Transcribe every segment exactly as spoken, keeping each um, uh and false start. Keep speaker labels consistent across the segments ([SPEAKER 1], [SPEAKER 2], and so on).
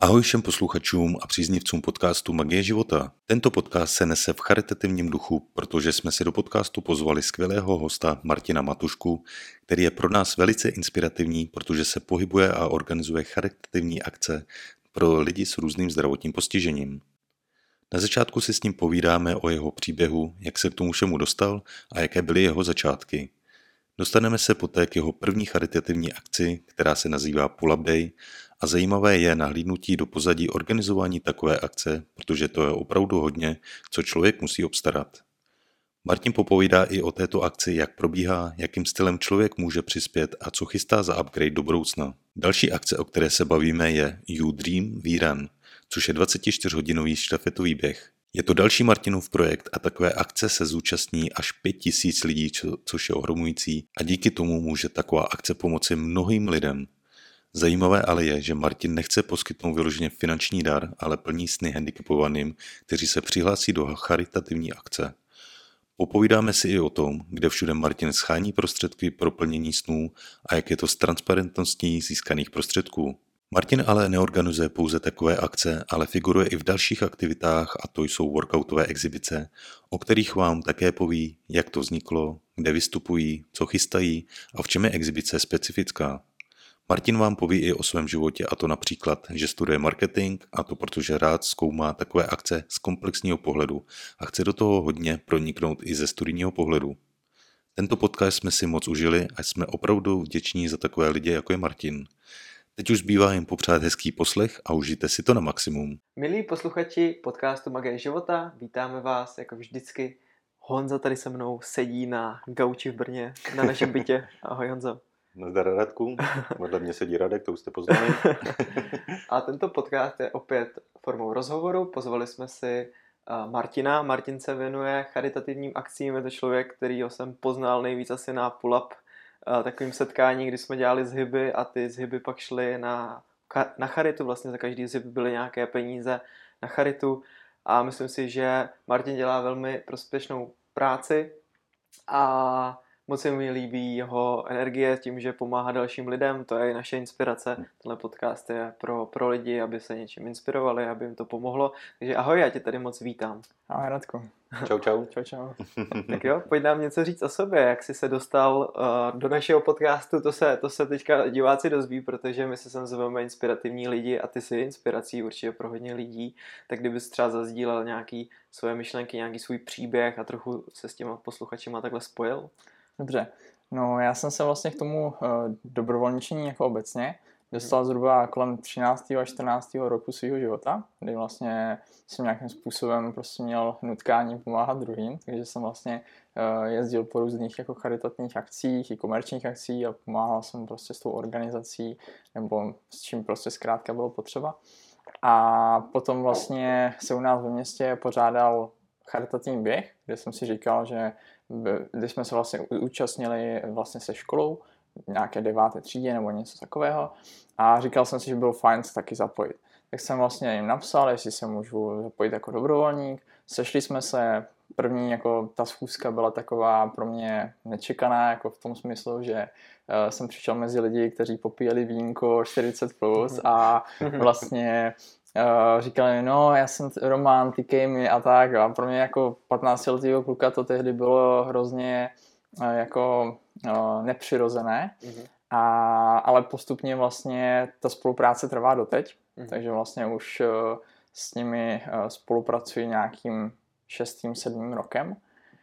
[SPEAKER 1] Ahoj všem posluchačům a příznivcům podcastu Magie života. Tento podcast se nese v charitativním duchu, protože jsme si do podcastu pozvali skvělého hosta Martina Matušku, který je pro nás velice inspirativní, protože se pohybuje a organizuje charitativní akce pro lidi s různým zdravotním postižením. Na začátku si s ním povídáme o jeho příběhu, jak se k tomu všemu dostal a jaké byly jeho začátky. Dostaneme se poté k jeho první charitativní akci, která se nazývá Pull-up Day, a zajímavé je nahlídnutí do pozadí organizování takové akce, protože to je opravdu hodně, co člověk musí obstarat. Martin popovídá i o této akci, jak probíhá, jakým stylem člověk může přispět a co chystá za upgrade do budoucna. Další akce, o které se bavíme, je You Dream, We Run, což je dvacetičtyřhodinový štafetový běh. Je to další Martinův projekt a takové akce se zúčastní až pět tisíc lidí, co, což je ohromující, a díky tomu může taková akce pomoci mnohým lidem. Zajímavé ale je, že Martin nechce poskytnout vyloženě finanční dar, ale plní sny handicapovaným, kteří se přihlásí do charitativní akce. Popovídáme si i o tom, kde všude Martin schání prostředky pro plnění snů a jak je to s transparentností získaných prostředků. Martin ale neorganizuje pouze takové akce, ale figuruje i v dalších aktivitách, a to jsou workoutové exibice, o kterých vám také poví, jak to vzniklo, kde vystupují, co chystají a v čem je exibice specifická. Martin vám poví i o svém životě, a to například, že studuje marketing, a to protože rád zkoumá takové akce z komplexního pohledu a chce do toho hodně proniknout i ze studijního pohledu. Tento podcast jsme si moc užili a jsme opravdu vděční za takové lidi, jako je Martin. Teď už zbývá jen popřát hezký poslech a užijte si to na maximum.
[SPEAKER 2] Milí posluchači podcastu Magie života, vítáme vás jako vždycky. Honza tady se mnou sedí na gauči v Brně, na našem bytě. Ahoj Honzo.
[SPEAKER 1] Nazdar Radku, vedle mě sedí Radek, to už jste poznali.
[SPEAKER 2] A tento podcast je opět formou rozhovoru. Pozvali jsme si Martina. Martin se věnuje charitativním akcím, je to člověk, kterýho jsem poznal nejvíc asi na pull-up takovým setkání, kdy jsme dělali zhyby a ty zhyby pak šly na, na charitu, vlastně za každý zhyb byly nějaké peníze na charitu a myslím si, že Martin dělá velmi prospěšnou práci a moc se mi líbí jeho energie tím, že pomáhá dalším lidem, to je i naše inspirace. Tenhle podcast je pro, pro lidi, aby se něčím inspirovali, aby jim to pomohlo. Takže ahoj, já tě tady moc vítám.
[SPEAKER 3] Ahoj Radku.
[SPEAKER 1] Čau, čau.
[SPEAKER 3] Čau, čau.
[SPEAKER 2] Tak jo, pojď nám něco říct o sobě, jak jsi se dostal uh, do našeho podcastu, to se, to se teďka diváci dozví, protože my se sem zveme inspirativní lidi a ty jsi inspirací určitě pro hodně lidí, tak kdybys třeba zazdílel nějaký svoje myšlenky, nějaký svůj příběh a trochu se s těma posluchačima takhle spojil.
[SPEAKER 3] Dobře, no já jsem se vlastně k tomu uh, dobrovolničení jako obecně dostal zhruba kolem třináctého a čtrnáctého roku svého života, kdy vlastně jsem nějakým způsobem prostě měl nutkání pomáhat druhým, takže jsem vlastně uh, jezdil po různých jako charitativních akcích i komerčních akcí a pomáhal jsem prostě s tou organizací nebo s čím prostě zkrátka bylo potřeba. A potom vlastně se u nás ve městě pořádal charitativní běh, kde jsem si říkal, že když jsme se vlastně účastnili vlastně se školou, nějaké deváté třídě nebo něco takového, a říkal jsem si, že bylo fajn se taky zapojit. Tak jsem vlastně jim napsal, jestli se můžu zapojit jako dobrovolník. Sešli jsme se, první jako ta schůzka byla taková pro mě nečekaná, jako v tom smyslu, že uh, jsem přišel mezi lidi, kteří popíjeli vínko čtyřicet plus a vlastně Uh, říkali, no já jsem Roman, tykej mi a tak, a pro mě jako patnáctiletýho kluka to tehdy bylo hrozně uh, jako uh, nepřirozené, mm-hmm. a, ale postupně vlastně ta spolupráce trvá doteď, mm-hmm. takže vlastně už uh, s nimi uh, spolupracuji nějakým šestým, sedmým rokem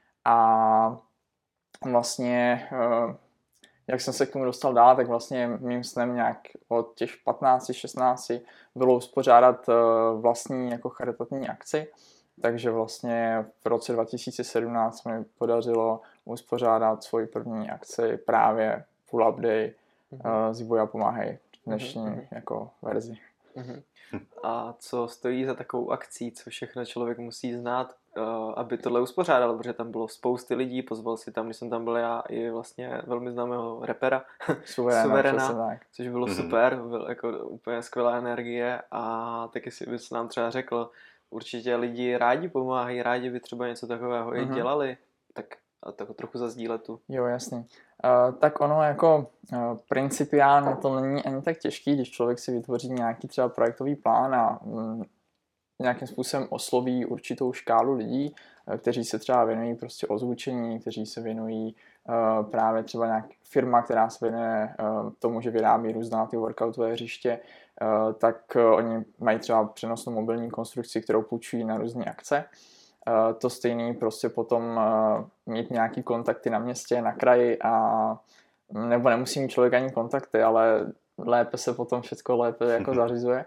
[SPEAKER 3] a vlastně uh, jak jsem se k tomu dostal dál, tak vlastně mým snem nějak od těch patnácti šestnácti bylo uspořádat vlastní jako charitativní akci. Takže vlastně v roce dva tisíce sedmnáct mi podařilo uspořádat svoji první akci právě Pull-up Day mm-hmm. uh, Zíboja pomáhej dnešní mm-hmm. jako verzi.
[SPEAKER 2] Mm-hmm. A co stojí za takovou akcí, co všechno člověk musí znát, uh, aby tohle uspořádal, protože tam bylo spousty lidí, pozval si tam, když jsem tam byl já, i vlastně velmi známého rapera
[SPEAKER 3] Suverena,
[SPEAKER 2] Suverena, což bylo mm-hmm. super, byl jako úplně skvělá energie a taky si bys nám třeba řekl, určitě lidi rádi pomáhají, rádi by třeba něco takového mm-hmm. i dělali, tak a tak trochu zazdílet tu.
[SPEAKER 3] Jo, jasný. Uh, tak ono jako uh, principiálně to není ani tak těžký, když člověk si vytvoří nějaký třeba projektový plán a um, nějakým způsobem osloví určitou škálu lidí, uh, kteří se třeba věnují prostě ozvučení, kteří se věnují uh, právě třeba nějak firma, která se věnuje uh, tomu, že vyrábí různá ty workoutové hřiště, uh, tak uh, oni mají třeba přenosnou mobilní konstrukci, kterou půjčují na různé akce. Uh, to stejný prostě potom uh, mít nějaký kontakty na městě, na kraji a nebo nemusí mít člověk ani kontakty, ale lépe se potom všechno lépe jako zařizuje.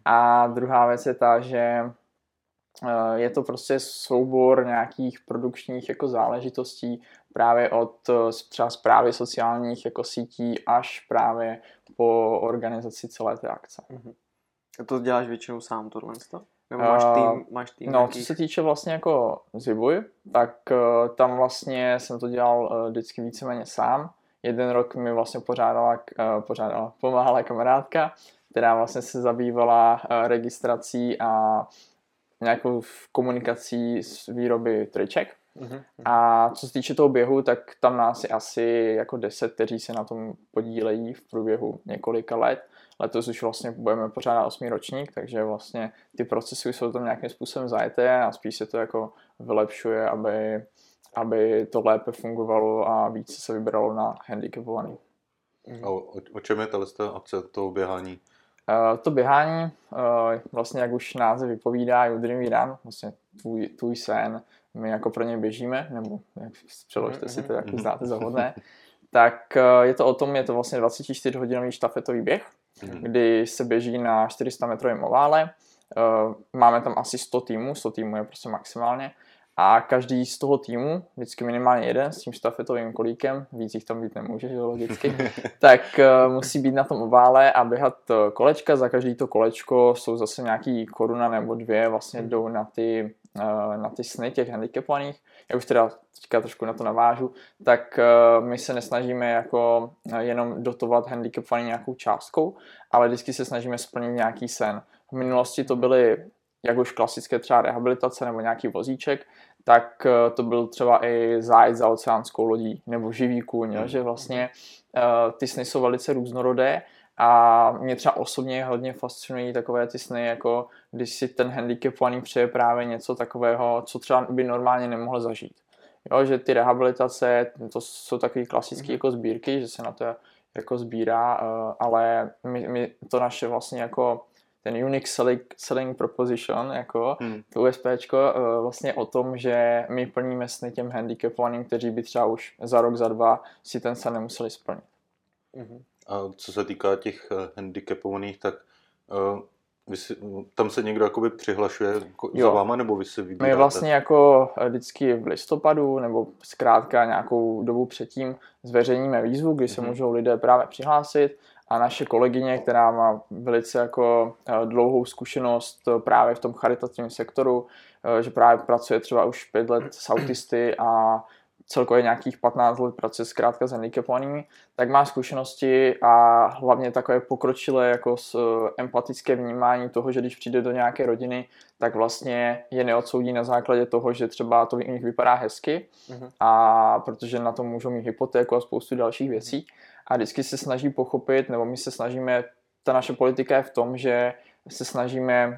[SPEAKER 3] A druhá věc je ta, že uh, je to prostě soubor nějakých produkčních jako záležitostí právě od uh, třeba správy sociálních jako sítí až právě po organizaci celé té akce.
[SPEAKER 2] A to děláš většinou sám tohle? Nebo máš tým, máš tým
[SPEAKER 3] No,
[SPEAKER 2] nějakých...
[SPEAKER 3] co se týče vlastně jako Zibuj, tak uh, tam vlastně jsem to dělal uh, vždycky víceméně sám. Jeden rok mi vlastně pořádala, uh, pořádala, pomáhala kamarádka, která vlastně se zabývala uh, registrací a nějakou komunikací s výroby triček.
[SPEAKER 2] Uh-huh.
[SPEAKER 3] A co se týče toho běhu, tak tam nás je asi jako deset, kteří se na tom podílejí v průběhu několika let. Letos už vlastně budeme pořádat osmý ročník, takže vlastně ty procesy jsou tam nějakým způsobem zajeté a spíš se to jako vylepšuje, aby, aby to lépe fungovalo a více se vybralo na handicapovaný.
[SPEAKER 1] A o, o čem je tato akce, toho běhání?
[SPEAKER 3] Uh, to běhání, uh, vlastně jak už název vypovídá, Your Dream We Run, vlastně tvůj, tvůj sen, my jako pro ně běžíme, nebo jak přeložte si to, jak znáte za vhodné, tak uh, je to o tom, je to vlastně dvacetičtyřhodinový štafetový běh, mm. kdy se běží na čtyři sta metrovém ovále, uh, máme tam asi sto týmů, sto týmů je prostě maximálně, a každý z toho týmu, vždycky minimálně jeden s tím štafetovým kolíkem, víc jich tam být nemůže, že logicky, tak uh, musí být na tom ovále a běhat kolečka. Za každý to kolečko jsou zase nějaký koruna nebo dvě, vlastně jdou na ty, uh, na ty sny těch handicapovaných. Já už teda teďka trošku na to navážu, tak uh, my se nesnažíme jako jenom dotovat handicapovaný nějakou částkou, ale vždycky se snažíme splnit nějaký sen. V minulosti to byly jak už klasické třeba rehabilitace nebo nějaký vozíček, tak to byl třeba i zájezd za oceánskou lodí nebo živý kůň, jo, že vlastně uh, ty sny jsou velice různorodé a mě třeba osobně hodně fascinují takové ty sny, jako když si ten handicapovaný přeje právě něco takového, co třeba by normálně nemohl zažít. Jo, že ty rehabilitace, to jsou takové klasické jako sbírky, že se na to jako sbírá, uh, ale my, my to naše vlastně jako ten unique selling, selling proposition, jako hmm. to USPčko, vlastně o tom, že my plníme sny těm handicapovaným, kteří by třeba už za rok, za dva si ten sen nemuseli splnit.
[SPEAKER 1] Hmm. A co se týká těch handicapovaných, tak uh, vy si, tam se někdo jakoby přihlašuje za váma, nebo vy si vybíráte?
[SPEAKER 3] My vlastně jako vždycky v listopadu, nebo zkrátka nějakou dobu předtím zveřejníme výzvu, kdy se hmm. můžou lidé právě přihlásit. A naše kolegyně, která má velice jako dlouhou zkušenost právě v tom charitativním sektoru, že právě pracuje třeba už pět let s autisty a celkově nějakých patnáct let pracuje zkrátka s handicapovanými, tak má zkušenosti a hlavně takové pokročilé jako s empatické vnímání toho, že když přijde do nějaké rodiny, tak vlastně je neodsoudí na základě toho, že třeba to u nich vypadá hezky, mm-hmm. a protože na to můžou mít hypotéku a spoustu dalších věcí. A vždycky se snaží pochopit, nebo my se snažíme, ta naše politika je v tom, že se snažíme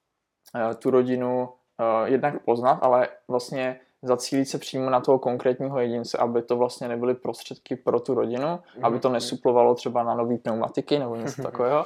[SPEAKER 3] uh, tu rodinu uh, jednak poznat, ale vlastně zacílit se přímo na toho konkrétního jedince, aby to vlastně nebyly prostředky pro tu rodinu, mm-hmm. aby to nesuplovalo třeba na nový pneumatiky nebo něco takového.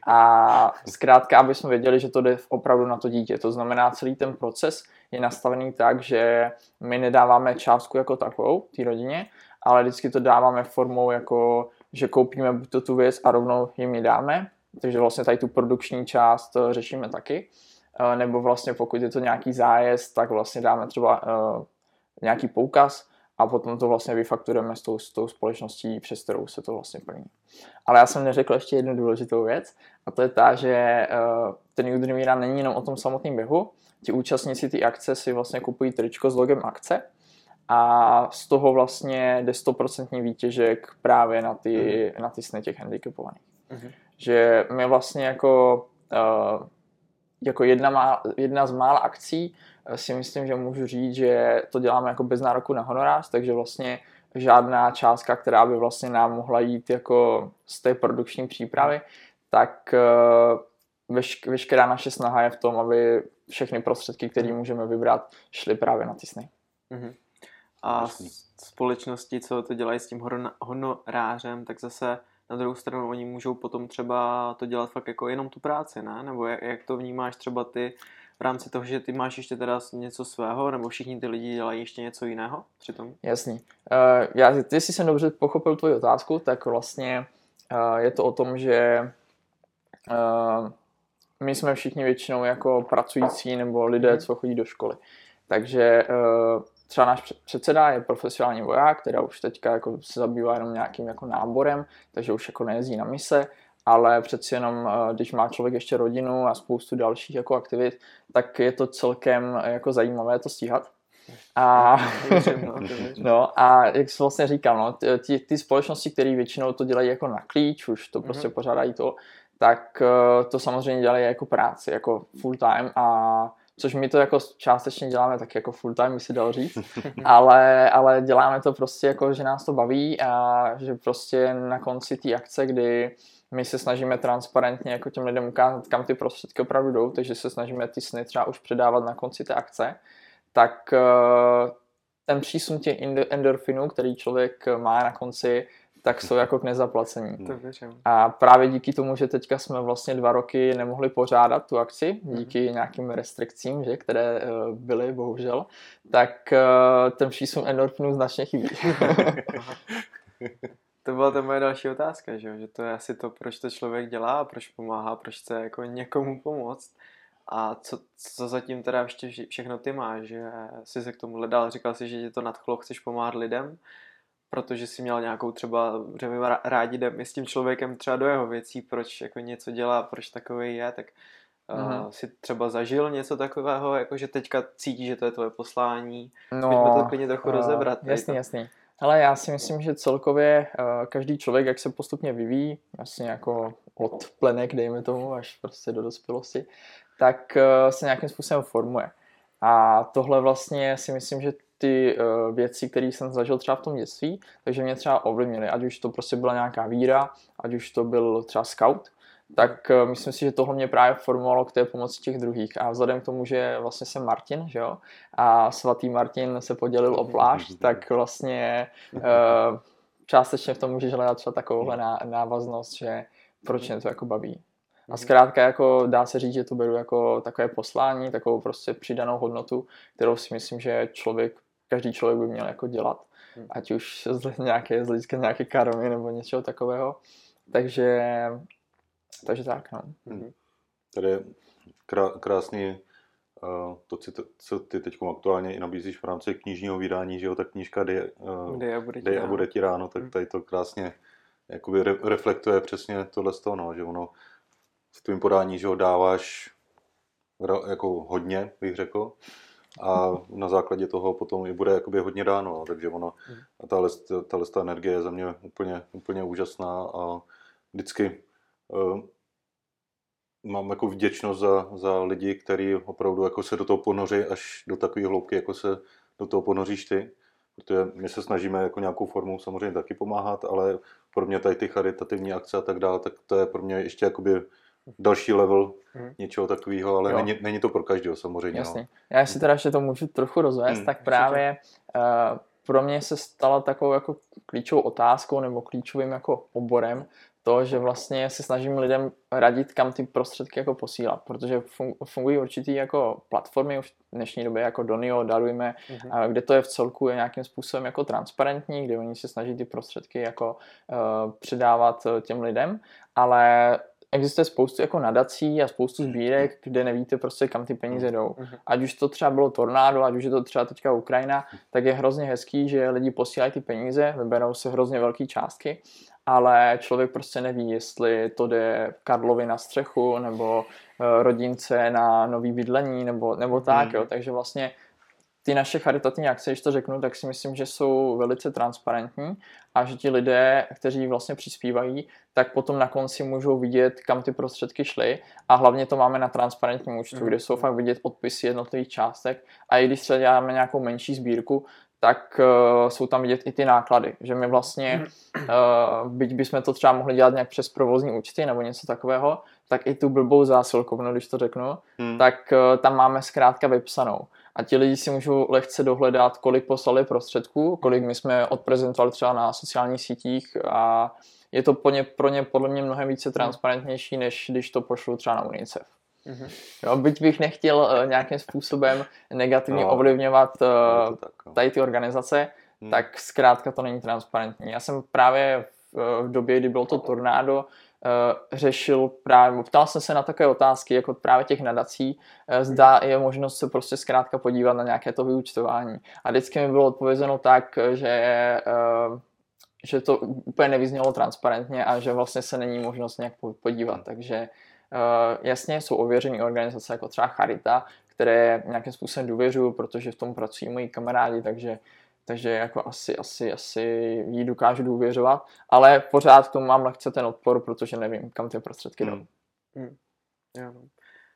[SPEAKER 3] A zkrátka, aby jsme věděli, že to jde opravdu na to dítě. To znamená, celý ten proces je nastavený tak, že my nedáváme částku jako takovou té rodině, ale vždycky to dáváme formou, jako, že koupíme buď to tu věc a rovnou jim ji dáme, takže vlastně tady tu produkční část řešíme taky, nebo vlastně pokud je to nějaký zájezd, tak vlastně dáme třeba uh, nějaký poukaz a potom to vlastně vyfakturujeme s tou, s tou společností, přes kterou se to vlastně plní. Ale já jsem neřekl ještě jednu důležitou věc a to je ta, že uh, ten Your Dream We Run není jenom o tom samotném běhu, ti účastníci té akce si vlastně kupují tričko s logem akce, a z toho vlastně jde sto procent výtěžek právě na ty, mm. na ty sny těch handicapovaných. Mm. Že my vlastně jako uh, jako jedna, má, jedna z mála akcí si myslím, že můžu říct, že to děláme jako bez nároku na honorář, takže vlastně žádná částka, která by vlastně nám mohla jít jako z té produkční přípravy, tak veš, veškerá naše snaha je v tom, aby všechny prostředky, které můžeme vybrat, šly právě na ty sny.
[SPEAKER 2] Mm-hmm. A společnosti, co to dělají s tím honorářem, tak zase na druhou stranu oni můžou potom třeba to dělat fakt jako jenom tu práci, ne? Nebo jak, jak to vnímáš třeba ty v rámci toho, že ty máš ještě teda něco svého, nebo všichni ty lidi dělají ještě něco jiného přitom?
[SPEAKER 3] Jasný. Uh, já, jestli jsem dobře pochopil tvoji otázku, tak vlastně uh, je to o tom, že uh, my jsme všichni většinou jako pracující nebo lidé, co chodí do školy. Takže uh, třeba náš předseda je profesionální voják, která už teďka jako se zabývá jenom nějakým jako náborem, takže už jako nejezdí na mise, ale přeci jenom, když má člověk ještě rodinu a spoustu dalších jako aktivit, tak je to celkem jako zajímavé to stíhat. A, no, a jak jsi vlastně říkal, no, ty, ty společnosti, které většinou to dělají jako na klíč, už to prostě mm-hmm. pořádají to, tak to samozřejmě dělají jako práci, jako full time, a což my to jako částečně děláme tak jako full time, by se dalo říct, ale, ale děláme to prostě jako, že nás to baví a že prostě na konci té akce, kdy my se snažíme transparentně jako těm lidem ukázat, kam ty prostředky opravdu jdou, takže se snažíme ty sny třeba už předávat na konci té akce, tak ten přísun těch endorfinů, který člověk má na konci, tak jsou jako k nezaplacení. A právě díky tomu, že teďka jsme vlastně dva roky nemohli pořádat tu akci, díky nějakým restrikcím, že, které byly, bohužel, tak ten přísun endorfinů značně chybí.
[SPEAKER 2] To byla ta moje další otázka, že, že to je asi to, proč to člověk dělá, proč pomáhá, proč chce jako někomu pomoct. A co, co zatím teda ještě všechno ty máš, že jsi se k tomu hledal, říkal jsi, že tě to nadchlo, chceš pomáhat lidem, protože jsi měl nějakou třeba, že my rádi jdeme s tím člověkem třeba do jeho věcí, proč jako něco dělá, proč takový je, tak uh, si třeba zažil něco takového, jako že teďka cítíš, že to je tvoje poslání,
[SPEAKER 3] no,
[SPEAKER 2] pojďme to klidně trochu uh, rozebrat.
[SPEAKER 3] Jasný, jasný. Hele, já si myslím, že celkově uh, každý člověk, jak se postupně vyvíjí, vlastně jako od plenek, dejme tomu, až prostě do dospělosti, tak uh, se nějakým způsobem formuje. A tohle vlastně si myslím, že ty uh, věci, které jsem zažil třeba v tom dětství, takže mě třeba ovlivnily, ať už to prostě byla nějaká víra, ať už to byl třeba scout, tak uh, myslím si, že tohle mě právě formovalo k té pomoci těch druhých. A vzhledem k tomu, že vlastně jsem Martin, že jo, a svatý Martin se podělil o plášť, tak vlastně uh, částečně v tom můžeš hledat třeba takovouhle návaznost, že proč mě to jako baví. A zkrátka jako dá se říct, že to beru jako takové poslání, takovou prostě přidanou hodnotu, kterou si myslím, že člověk, každý člověk by měl jako dělat. Ať už z nějaké, z hlediska nějaké karmy nebo něčeho takového. Takže, takže tak, no.
[SPEAKER 1] Hmm. Tady je krá, krásný uh, to, co ty teď aktuálně i nabízíš v rámci knižního vydání, že jo, ta knížka Dej, uh,
[SPEAKER 2] Dej a bude ti
[SPEAKER 1] Dej
[SPEAKER 2] ráno.
[SPEAKER 1] a bude ti ráno, tak tady to krásně jakoby re, reflektuje přesně tohle z toho, no, že ono v tvým podání, že ho dáváš jako hodně, bych řekl, a na základě toho potom i bude jakoby hodně dáno, no, takže ono, a tahle, tahle ta energie je za mě úplně, úplně úžasná a vždycky uh, mám jako vděčnost za, za lidi, kteří opravdu jako se do toho ponoří až do takové hloubky, jako se do toho ponoříš ty, protože my se snažíme jako nějakou formou samozřejmě taky pomáhat, ale pro mě tady ty charitativní akce a tak dále, tak to je pro mě ještě jakoby další level hmm. něčeho takového, ale není, není to pro každého samozřejmě.
[SPEAKER 3] Jasně.
[SPEAKER 1] No.
[SPEAKER 3] Já si teda ještě to můžu trochu rozvést, hmm. tak právě uh, pro mě se stala takovou jako klíčovou otázkou nebo klíčovým jako oborem to, že vlastně se snažím lidem radit, kam ty prostředky jako posílat, protože fungují určitý jako platformy už v dnešní době jako Donio, Darujme, mm-hmm. kde to je v celku je nějakým způsobem jako transparentní, kde oni se snaží ty prostředky jako uh, předávat těm lidem, ale existuje spoustu jako nadací a spoustu sbírek, kde nevíte prostě, kam ty peníze jdou. Ať už to třeba bylo tornádo, ať už je to třeba teďka Ukrajina, tak je hrozně hezký, že lidi posílají ty peníze, vyberou se hrozně velké částky, ale člověk prostě neví, jestli to jde Karlovi na střechu, nebo rodince na nový bydlení, nebo, nebo tak, jo. Takže vlastně ty naše charitativní akce, když to řeknu, tak si myslím, že jsou velice transparentní a že ti lidé, kteří vlastně přispívají, tak potom na konci můžou vidět, kam ty prostředky šly a hlavně to máme na transparentním účtu, mm. kde jsou fakt vidět odpisy jednotlivých částek a i když třeba děláme nějakou menší sbírku, tak uh, jsou tam vidět i ty náklady, že my vlastně, uh, byť bychom to třeba mohli dělat nějak přes provozní účty nebo něco takového, tak i tu blbou zásilkovnu, když to řeknu, hmm. tak uh, tam máme zkrátka vypsanou. A ti lidi si můžou lehce dohledat, kolik poslali prostředků, kolik my jsme odprezentovali třeba na sociálních sítích a je to pro ně, pro ně podle mě mnohem více transparentnější, než když to pošlu třeba na UNICEF. Mm-hmm. Jo, byť bych nechtěl uh, nějakým způsobem negativně no, ovlivňovat uh, tak, no. tady ty organizace, hmm. tak zkrátka to není transparentní. Já jsem právě v, v době, kdy bylo to tornádo, uh, řešil právě, ptal jsem se na takové otázky, jako právě těch nadací, uh, zda je možnost se prostě zkrátka podívat na nějaké to vyúčtování. A vždycky mi bylo odpovězeno tak, že uh, že to úplně nevyznělo transparentně a že vlastně se není možnost nějak podívat, takže Uh, jasně jsou ověřené organizace jako třeba Charita, které nějakým způsobem důvěřuju, protože v tom pracují moji kamarádi, takže, takže jako asi, asi, asi jí dokážu důvěřovat, ale pořád k tomu mám lehce ten odpor, protože nevím, kam ty prostředky jdou.
[SPEAKER 2] Hmm. Hmm. Já no.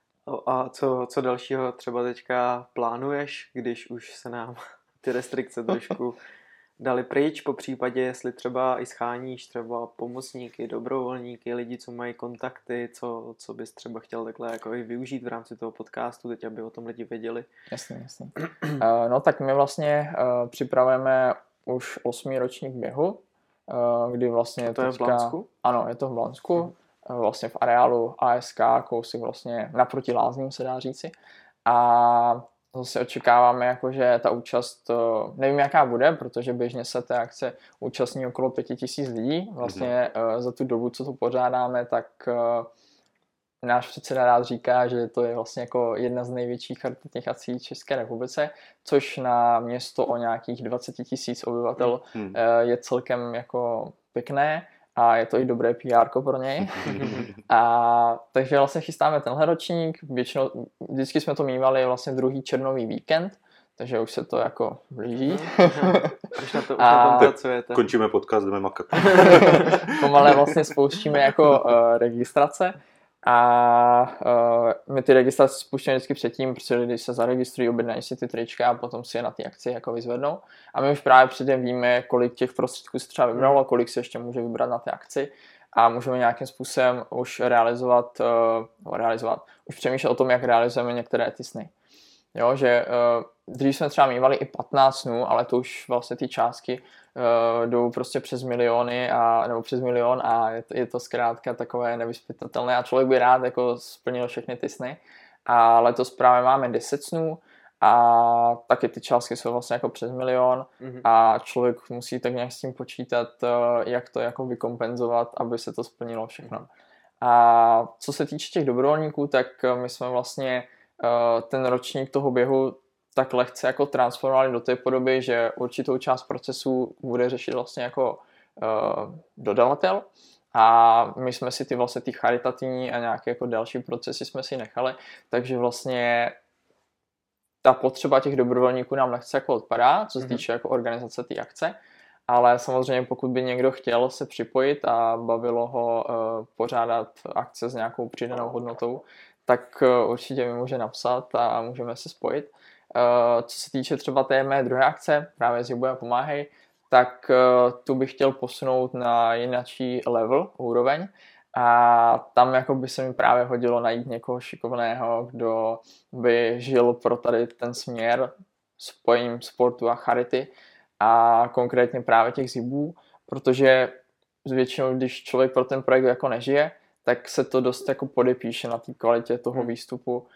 [SPEAKER 2] A co, co dalšího třeba teďka plánuješ, když už se nám ty restrikce trošku dali pryč, po případě, jestli třeba i scháníš třeba pomocníky, dobrovolníky, lidi, co mají kontakty, co, co bys třeba chtěl takhle jako i využít v rámci toho podcastu, teď aby o tom lidi věděli.
[SPEAKER 3] Jasně, jasně. uh, no tak my vlastně uh, připravujeme už osmý ročník běhu, uh, kdy vlastně
[SPEAKER 2] a to
[SPEAKER 3] teďka,
[SPEAKER 2] je v Blansku?
[SPEAKER 3] Ano, je to v Blansku, hmm. uh, vlastně v areálu A S K, kousek vlastně naproti Lázním se dá říci. A zase očekáváme, jako, že ta účast, nevím jaká bude, protože běžně se té akce účastní okolo pěti tisíc lidí. Vlastně mm-hmm. za tu dobu, co to pořádáme, tak náš předseda rád říká, že to je vlastně jako jedna z největších charitativních akcí v České republice, což na město o nějakých dvacet tisíc obyvatel mm-hmm. je celkem jako pěkné. A je to i dobré P R ko pro něj. A takže vlastně chystáme tenhle ročník. Většinou, vždycky jsme to mívali vlastně druhý červnový víkend, takže už se to jako blíží.
[SPEAKER 2] Už na, to, už a... na tom pracujete.
[SPEAKER 1] Končíme podcast, jdeme makat.
[SPEAKER 3] Pomalé vlastně spouštíme jako uh, registrace. A uh, my ty registrace spouštíme vždycky předtím, protože lidi se zaregistrují, objednají si ty trička a potom si je na ty akci jako vyzvednou. A my už právě předtím víme, kolik těch prostředků se třeba vybralo, kolik se ještě může vybrat na ty akci a můžeme nějakým způsobem už realizovat, uh, realizovat, už přemýšlet o tom, jak realizujeme některé ty sny. Jo, že uh, dřív jsme třeba mívali i patnáct snů, ale to už vlastně ty částky uh, jdou prostě přes miliony a, nebo přes milion a je to, je to zkrátka takové nevyzpytatelné a člověk by rád jako splnil všechny ty sny. A letos právě máme deset snů a taky ty částky jsou vlastně jako přes milion mm-hmm. a člověk musí tak nějak s tím počítat, uh, jak to jako vykompenzovat, aby se to splnilo všechno. Mm-hmm. A co se týče těch dobrovolníků, tak my jsme vlastně uh, ten ročník toho běhu tak lehce jako transformovali do té podoby, že určitou část procesu bude řešit vlastně jako uh, dodavatel a my jsme si ty vlastně ty charitativní a nějaké jako další procesy jsme si nechali, takže vlastně ta potřeba těch dobrovolníků nám lehce jako odpadá, co se týče jako organizace té akce, ale samozřejmě pokud by někdo chtěl se připojit a bavilo ho uh, pořádat akce s nějakou přidanou hodnotou, tak uh, určitě mi může napsat a můžeme se spojit. Uh, co se týče třeba té mé druhé akce, právě Zjibuj a pomáhej, tak uh, tu bych chtěl posunout na jinačí level, úroveň. A tam jako by se mi právě hodilo najít někoho šikovného, kdo by žil pro tady ten směr spojím sportu a charity a konkrétně právě těch zjibů, protože většinou, když člověk pro ten projekt jako nežije, tak se to dost jako podepíše na té kvalitě toho hmm. výstupu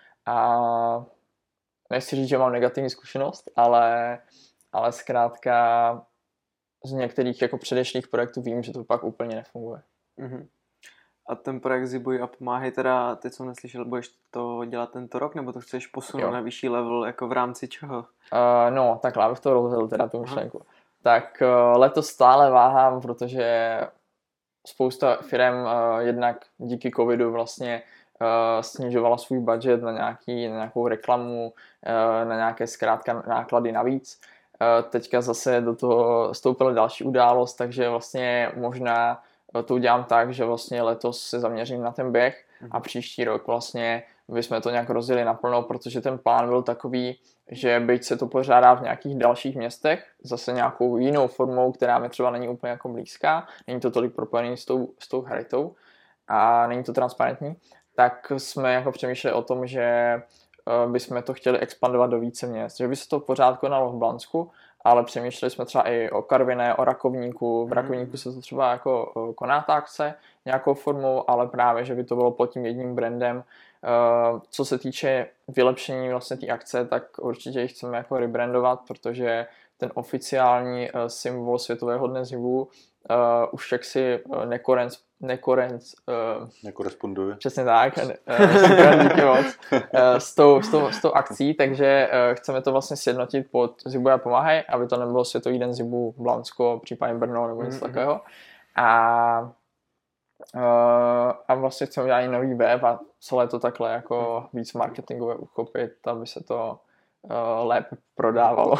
[SPEAKER 3] a nechci říct, že mám negativní zkušenost, ale, ale zkrátka z některých jako předešlých projektů vím, že to pak úplně nefunguje.
[SPEAKER 2] Mm-hmm. A ten projekt Zjibuj a pomáhej teda, teď jsem neslyšel, budeš to dělat tento rok, nebo to chceš posunout jo. na vyšší level, jako v rámci čeho? Uh,
[SPEAKER 3] no, takhle, abych to rozhodl teda tu myšlenku. Tak uh, letos stále váhám, protože spousta firem uh, jednak díky covidu vlastně snižovala svůj budget na, nějaký, na nějakou reklamu, na nějaké zkrátka náklady navíc. Teďka zase do toho vstoupila další událost, takže vlastně možná to udělám tak, že vlastně letos se zaměřím na ten běh a příští rok vlastně bychom to nějak rozjeli naplno, protože ten plán byl takový, že byť se to pořádá v nějakých dalších městech, zase nějakou jinou formou, která mi třeba není úplně jako blízká, není to tolik propojený s tou, s tou charitou a není to transparentní, tak jsme jako přemýšleli o tom, že bychom to chtěli expandovat do více měst, že by se to pořád konalo v Blansku, ale přemýšleli jsme třeba i o Karviné, o Rakovníku, v Rakovníku se to třeba jako koná ta akce nějakou formou, ale právě, že by to bylo pod tím jedním brandem. Co se týče vylepšení vlastně té akce, tak určitě ji chceme jako rebrandovat, protože ten oficiální symbol Světového dne zhibu uh, už jaksi nekorenc, nekorenc, uh,
[SPEAKER 1] nekoresponduje.
[SPEAKER 3] Přesně tak, uh, super, díky moc, uh, s, tou, s, tou, s tou akcí, takže uh, chceme to vlastně sjednotit pod Zhibuj a pomáhej, aby to nebylo Světový den zhibu Blansko, případně Brno nebo něco mm-hmm. takového. A Uh, a vlastně chceme udělat i nový web a celé to takhle jako víc marketingové uchopit, aby se to uh, lépe prodávalo.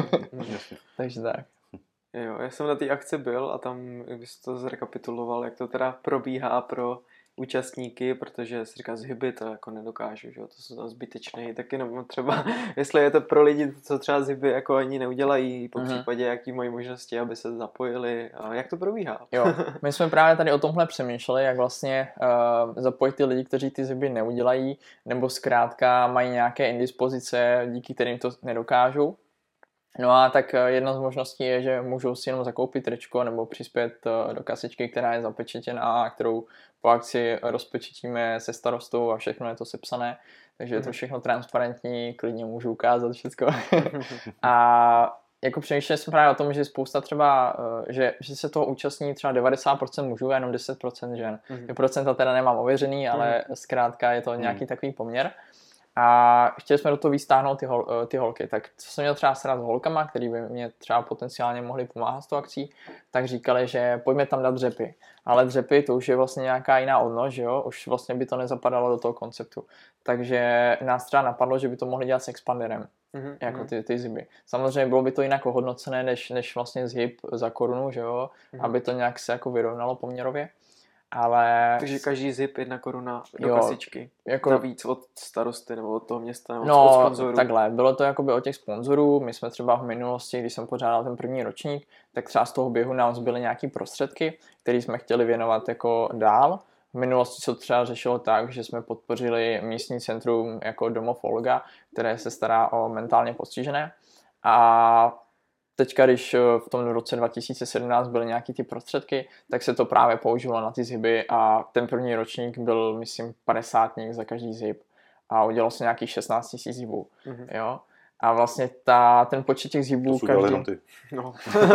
[SPEAKER 3] Takže tak.
[SPEAKER 2] Jo, já jsem na té akci byl a tam bys to zrekapituloval, jak to teda probíhá pro účastníky, protože si říká zhyby, to jako nedokážu, že jo, to jsou tam zbytečné, taky nebo třeba, jestli je to pro lidi, co třeba zhyby jako ani neudělají, po případě, jaký mají možnosti, aby se zapojili, a jak to probíhá?
[SPEAKER 3] Jo, my jsme právě tady o tomhle přemýšleli, jak vlastně uh, zapojit ty lidi, kteří ty zhyby neudělají, nebo zkrátka mají nějaké indispozice, díky kterým to nedokážou. No a tak jedna z možností je, že můžou si jenom zakoupit tričko nebo přispět do kasičky, která je zapečetěná, kterou po akci rozpečetíme se starostou a všechno je to sepsané. Takže je to všechno transparentní, klidně můžu ukázat všechno. A jako přemýšleli jsme právě o tom, že spousta třeba, že, že se toho účastní třeba devadesát procent mužů a jenom deset procent žen. Ty procenta teda nemám ověřený, ale zkrátka je to nějaký takový poměr. A chtěli jsme do toho vystáhnout ty, hol, ty holky. Tak co jsem měl třeba srát s holkama, který by mě třeba potenciálně mohli pomáhat s tou akcí, tak říkali, že pojďme tam dát dřepy. Ale dřepy to už je vlastně nějaká jiná odnož, jo? Už vlastně by to nezapadalo do toho konceptu. Takže nás třeba napadlo, že by to mohli dělat s expanderem, mm-hmm. jako ty, ty zhyby. Samozřejmě bylo by to jinak ohodnocené, než, než vlastně zhyb za korunu, že jo? Mm-hmm. Aby to nějak se jako vyrovnalo poměrově. Ale...
[SPEAKER 2] Takže každý zip jedna koruna do jo, kasičky.
[SPEAKER 3] Jako...
[SPEAKER 2] Navíc od starosty nebo od toho města nebo
[SPEAKER 3] no,
[SPEAKER 2] od sponzorů.
[SPEAKER 3] Takhle, bylo to jakoby od těch sponzorů. My jsme třeba v minulosti, když jsem pořádal ten první ročník, tak třeba z toho běhu nám zbyly nějaký prostředky, které jsme chtěli věnovat jako dál. V minulosti se to třeba řešilo tak, že jsme podpořili místní centrum jako Domov Olga, které se stará o mentálně postižené. A teďka, když v tom roce dva tisíce sedmnáct byly nějaký ty prostředky, tak se to právě použilo na ty zhyby a ten první ročník byl, myslím, padesátník za každý zhyb a udělalo se nějakých šestnáct tisíc zhybů, mm-hmm. jo. A vlastně ta, ten počet těch zhybů...
[SPEAKER 1] To každý... jenom ty.
[SPEAKER 2] No.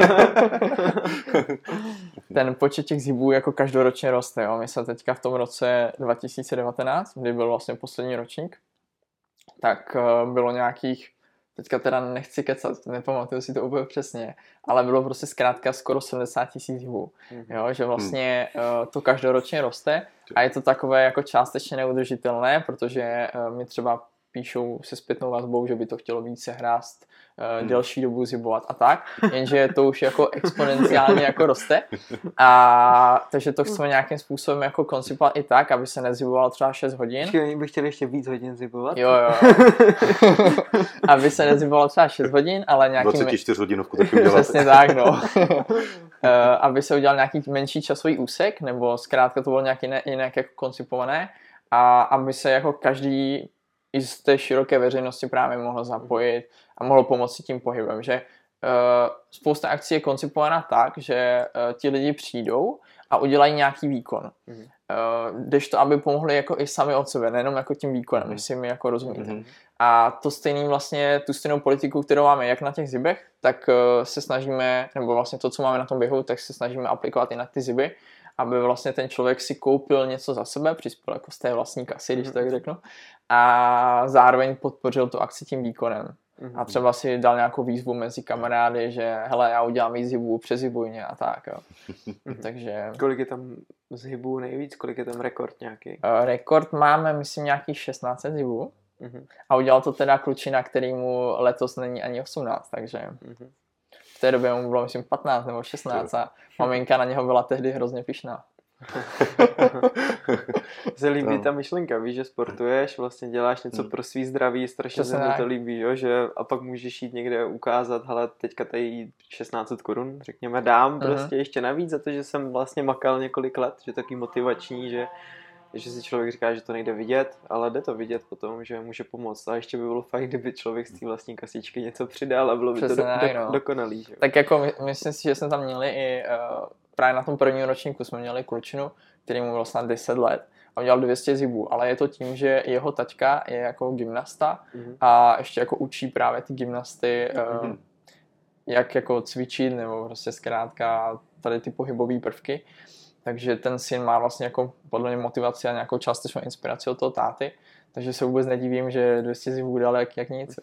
[SPEAKER 3] Ten počet těch zhybů jako každoročně roste, jo. My jsme teďka v tom roce dva tisíce devatenáct, kdy byl vlastně poslední ročník, tak bylo nějakých teďka teda nechci kecat, nepamatuju si to úplně přesně, ale bylo prostě zkrátka skoro sedmdesát tisíc zhybů, jo, že vlastně uh, to každoročně roste a je to takové jako částečně neudržitelné, protože uh, mi třeba píšou se zpětnou vazbou, že by to chtělo více hrást, uh, delší dobu zhybovat a tak, jenže to už jako exponenciálně jako roste a takže to chceme nějakým způsobem jako koncipovat i tak, aby se nezhybovalo třeba šest hodin.
[SPEAKER 2] Oni by chtěli ještě víc hodin zhybovat.
[SPEAKER 3] Jo, jo. Aby se nezhybovalo třeba šest hodin, ale nějaký...
[SPEAKER 1] dvacet čtyři hodinovku taky udělat.
[SPEAKER 3] Přesně tak, no. Aby se udělal nějaký menší časový úsek, nebo zkrátka to bylo nějak jinak, jinak jako koncipované a aby se jako každý i z té široké veřejnosti právě mohl zapojit a mohl pomoci tím pohybem, že uh, spousta akcí je koncipovaná tak, že uh, ti lidi přijdou a udělají nějaký výkon. Mm. Uh, kdežto, aby pomohli jako i sami od sebe, nejenom jako tím výkonem, mm. jestli mi jako rozumíte. Mm. A to stejný vlastně, tu stejnou politiku, kterou máme jak na těch zhybech, tak uh, se snažíme, nebo vlastně to, co máme na tom běhu, tak se snažíme aplikovat i na ty zhyby, aby vlastně ten člověk si koupil něco za sebe, přispěl jako z té vlastní kasy, když tak řeknu, a zároveň podpořil tu akci tím výkonem. A třeba si dal nějakou výzvu mezi kamarády, že hele, já udělám víc hybů, přezibuj mě a tak, jo. Takže...
[SPEAKER 2] Kolik je tam z hybů nejvíc? Kolik je tam rekord nějaký?
[SPEAKER 3] Uh, rekord máme, myslím, nějakých šestnáct set hybů. Uh-huh. A udělal to teda klučina, kterýmu letos není ani osmnáct, takže uh-huh. v té době mu bylo, myslím, patnáct nebo šestnáct a maminka na něho byla tehdy hrozně pyšná.
[SPEAKER 2] Se líbí ta myšlenka, víš, že sportuješ, vlastně děláš něco pro svý zdraví, strašně se mi to líbí, jo, že a pak můžeš jít někde ukázat, hele, teďka tady šestnáct set korun, řekněme, dám uh-huh. prostě ještě navíc za to, že jsem vlastně makal několik let, že taky motivační, že že si člověk říká, že to nejde vidět, ale jde to vidět potom, že může pomoct. A ještě by bylo fajn, kdyby člověk z té vlastní kasičky něco přidal a bylo by Přesně to do,
[SPEAKER 3] ne,
[SPEAKER 2] do,
[SPEAKER 3] no.
[SPEAKER 2] dokonalý. Že?
[SPEAKER 3] Tak jako my, myslím si, že jsme tam měli i uh, právě na tom prvním ročníku jsme měli klučinu, který mu bylo snad deset let a udělal dvě stě zhybů, ale je to tím, že jeho taťka je jako gymnasta mm-hmm. a ještě jako učí právě ty gymnasty, uh, mm-hmm. jak jako cvičit nebo prostě zkrátka tady ty pohybové prvky. Takže ten syn má vlastně jako podle mě motivaci a nějakou částečnou inspiraci od toho táty, takže se vůbec nedivím, že dvě stě zhybů dal jak, jak nic.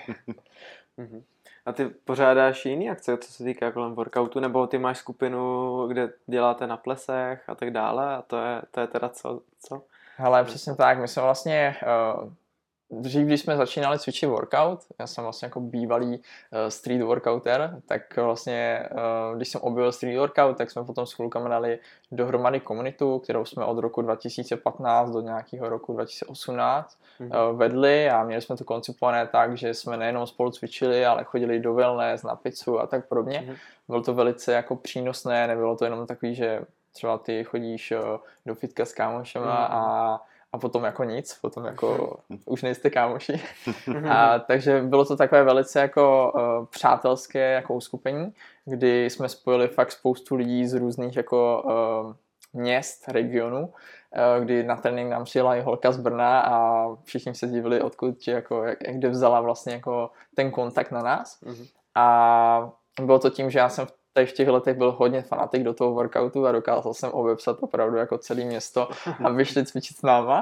[SPEAKER 2] A ty pořádáš jiný akce, co se týká kolem workoutu, nebo ty máš skupinu, kde děláte na plesech a tak dále a to je, to je teda co? co?
[SPEAKER 3] Hele, přesně tak, my jsme vlastně... Uh, Dřív, když jsme začínali cvičit workout, já jsem vlastně jako bývalý uh, street workouter, tak vlastně, uh, když jsem objevil street workout, tak jsme potom s klukama dali dohromady komunitu, kterou jsme od roku dva tisíce patnáct do nějakého roku dva tisíce osmnáct mm-hmm. uh, vedli a měli jsme to koncipované tak, že jsme nejenom spolu cvičili, ale chodili do wellness, na pizzu a tak podobně. Mm-hmm. Bylo to velice jako přínosné, nebylo to jenom takový, že třeba ty chodíš uh, do fitka s kámošema mm-hmm. a a potom jako nic, potom jako už nejste kámoši. A, takže bylo to takové velice jako uh, přátelské jako uskupení, kdy jsme spojili fakt spoustu lidí z různých jako uh, měst, regionů, uh, kdy na trénink nám přijela i holka z Brna a všichni se divili, odkud jako, jak, jak kde vzala vlastně jako ten kontakt na nás. A bylo to tím, že já jsem v tady v těch letech byl hodně fanatik do toho workoutu a dokázal jsem obepsat opravdu jako celé město a vyšli cvičit s náma.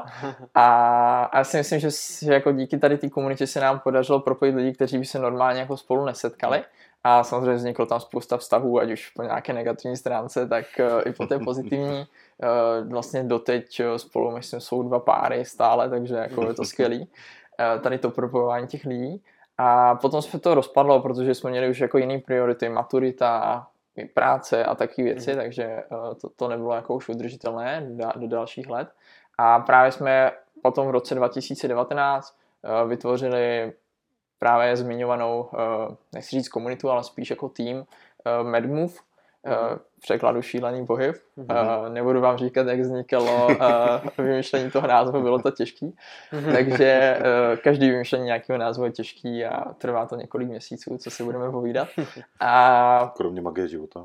[SPEAKER 3] A, a já si myslím, že, že jako díky tady té komunitě se nám podařilo propojit lidi, kteří by se normálně jako spolu nesetkali. A samozřejmě vzniklo tam spousta vztahů, ať už po nějaké negativní stránce, tak uh, i po té pozitivní. Uh, vlastně doteď spolu, myslím, jsou dva páry stále, takže jako je to skvělý. Uh, tady to propojování těch lidí. A potom se to rozpadlo, protože jsme měli už jako jiný priority, maturita, práce a takové věci, mm. takže to, to nebylo jako už udržitelné do, do dalších let. A právě jsme potom v roce dva tisíce devatenáct vytvořili právě zmiňovanou, nechci říct komunitu, ale spíš jako tým MedMove, Uh, v překladu šílený pohyb. Mm-hmm. Uh, nebudu vám říkat, jak vznikalo uh, vymýšlení toho názvu, bylo to těžký. Mm-hmm. Takže uh, každý vymýšlení nějakého názvu je těžký a trvá to několik měsíců, co si budeme povídat. A...
[SPEAKER 1] Kromě magie života.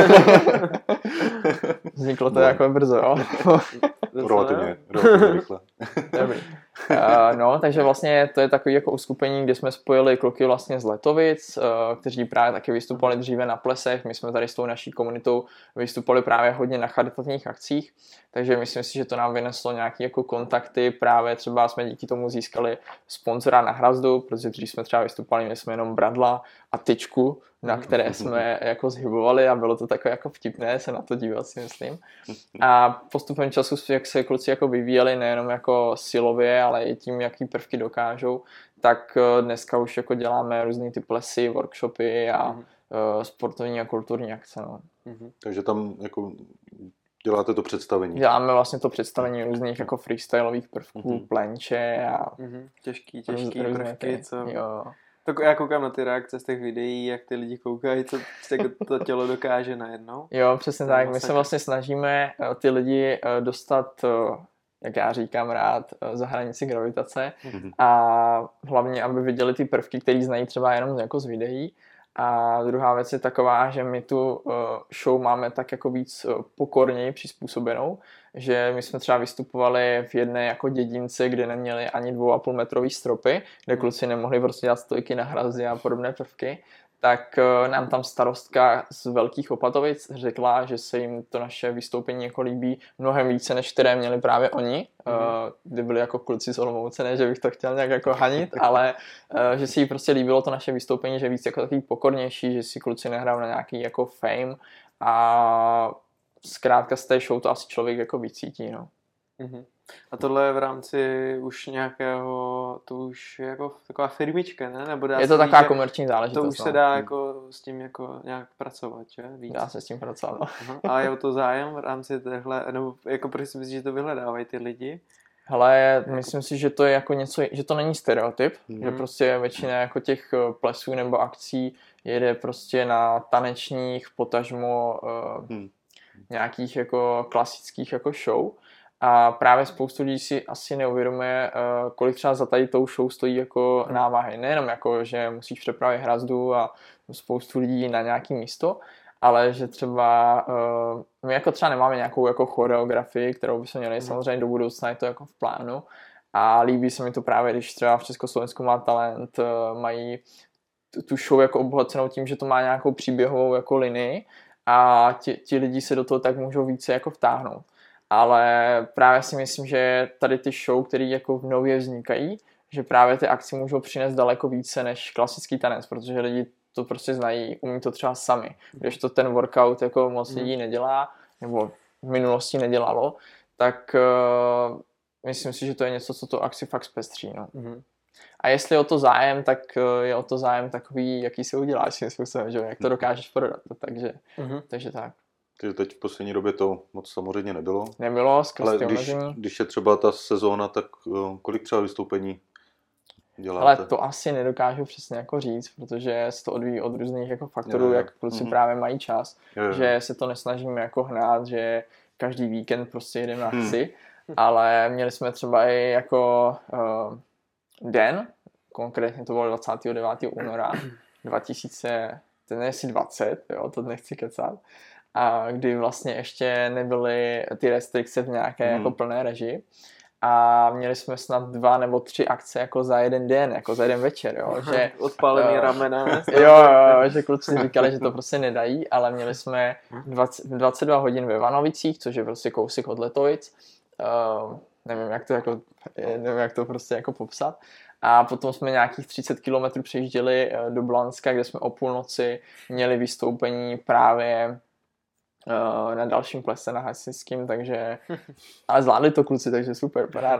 [SPEAKER 3] Vzniklo to no. jako brzo, jo?
[SPEAKER 1] Relativně, relativně rychle.
[SPEAKER 3] Dobrý. Uh, no, takže vlastně to je takový jako uskupení, kde jsme spojili kluky vlastně z Letovic, uh, kteří právě taky vystupovali dříve na plesech. My jsme tady s tou naší komunitou vystupovali právě hodně na charitativních akcích, takže myslím si, že to nám vyneslo nějaké jako kontakty. Právě třeba jsme díky tomu získali sponzora na Hrazdu, protože dřív jsme třeba vystupovali, měli jsme jenom bradla a tyčku, na které jsme jako zhybovali a bylo to takové jako vtipné se na to dívat, si myslím. A postupem času, jak se kluci jako vyvíjeli nejenom jako silově, ale i tím, jaký prvky dokážou, tak dneska už jako děláme různý ty plesy, workshopy a mm. uh, sportovní a kulturní akce. No.
[SPEAKER 1] Mm-hmm. Takže tam jako děláte to představení.
[SPEAKER 3] Děláme vlastně to představení různých jako freestyleových prvků, mm-hmm. plenče a
[SPEAKER 2] mm-hmm. těžký, těžký
[SPEAKER 3] různé
[SPEAKER 2] prvky,
[SPEAKER 3] ty,
[SPEAKER 2] co...
[SPEAKER 3] Jo.
[SPEAKER 2] Tak já koukám na ty reakce z těch videí, jak ty lidi koukají, co to tělo dokáže najednou.
[SPEAKER 3] Jo, přesně tak. My se vlastně snažíme ty lidi dostat, jak já říkám rád, za hranici gravitace mm-hmm. a hlavně, aby viděli ty prvky, které znají třeba jenom jako z videí. A druhá věc je taková, že my tu show máme tak jako víc pokorněji přizpůsobenou, že my jsme třeba vystupovali v jedné jako dědince, kde neměli ani dvou a půl metrový stropy, kde kluci nemohli prostě dělat stojky na hrazdě a podobné prvky, tak nám tam starostka z Velkých Opatovic řekla, že se jim to naše vystoupení jako líbí mnohem více, než které měli právě oni, mm-hmm. kdy byli jako kluci z Olomouce, ne, že bych to chtěl nějak jako hanit, ale že si jí prostě líbilo to naše vystoupení, že víc jako takový pokornější, že si kluci nehrajou na nějaký jako fame a zkrátka z té show to asi člověk jako vycítí, no.
[SPEAKER 2] Mm-hmm. A tohle je v rámci už nějakého, to už je jako taková firmička, ne? Nebo dá
[SPEAKER 3] je to
[SPEAKER 2] se
[SPEAKER 3] taková
[SPEAKER 2] říct,
[SPEAKER 3] komerční záležitost.
[SPEAKER 2] To už
[SPEAKER 3] no.
[SPEAKER 2] se dá jako s tím jako nějak pracovat, že? Víc.
[SPEAKER 3] Dá se s tím pracovat. No.
[SPEAKER 2] Aha. A je o to zájem v rámci téhle, nebo jako proč si myslíš, že to vyhledávají ty lidi?
[SPEAKER 3] Hele, myslím si, že to je jako něco, že to není stereotyp,
[SPEAKER 2] mm.
[SPEAKER 3] že prostě většina jako těch plesů nebo akcí jede prostě na tanečních, potažmo uh, mm. nějakých jako klasických jako show. A právě spoustu lidí si asi neuvědomuje, uh, kolik třeba za tady tou show stojí jako námahy. Nejenom jako, že musíš přepravit hrazdu a spoustu lidí na nějaké místo, ale že třeba uh, my jako třeba nemáme nějakou jako choreografii, kterou bychom měli, mm. samozřejmě do budoucna je to jako v plánu a líbí se mi to právě, když třeba v Československu má talent, uh, mají tu show jako obohacenou tím, že to má nějakou příběhovou jako linii a ti, ti lidi se do toho tak můžou více jako vtáhnout. Ale právě si myslím, že tady ty show, které jako nově vznikají, že právě ty akce můžou přinést daleko více než klasický tanec, protože lidi to prostě znají, umí to třeba sami. Když to ten workout jako moc lidí nedělá, nebo v minulosti nedělalo, tak uh, myslím si, že to je něco, co to akci fakt zpestří. No. Mm-hmm. A jestli je o to zájem, tak uh, je o to zájem takový, jaký si uděláš svým způsobem, že? Jak to dokážeš prodat. Takže, mm-hmm. takže tak.
[SPEAKER 1] Takže teď v poslední době to moc samozřejmě nebylo.
[SPEAKER 3] Nebylo, skrz
[SPEAKER 1] ale když, když je třeba ta sezóna, tak uh, kolik třeba vystoupení děláte?
[SPEAKER 3] Ale to asi nedokážu přesně jako říct, protože se to odvíjí od různých jako faktorů, je, jak kluci mm-hmm. právě mají čas, je, je. Že se to nesnažíme jako hnát, že každý víkend prostě jedeme na akci, hmm. ale měli jsme třeba i jako uh, den, konkrétně to bylo dvacátého devátého února dva tisíce dvacet, jo, to nechci kecat, a kdy vlastně ještě nebyly ty restrikce v nějaké hmm. jako plné režii. A měli jsme snad dva nebo tři akce jako za jeden den, jako za jeden večer, jo, že...
[SPEAKER 2] Odpálený
[SPEAKER 3] uh,
[SPEAKER 2] ramena.
[SPEAKER 3] Jo, jo, že kluci říkali, že to prostě nedají, ale měli jsme dvacet, dvacet dva hodin ve Vanovicích, což je prostě kousek od Letovic. Uh, nevím, jak to jako, nevím, jak to prostě jako popsat. A potom jsme nějakých třicet kilometrů přejížděli do Blanska, kde jsme o půlnoci měli vystoupení právě na dalším plese na Hasičským, takže ale zvládli to kluci, takže super, paráda.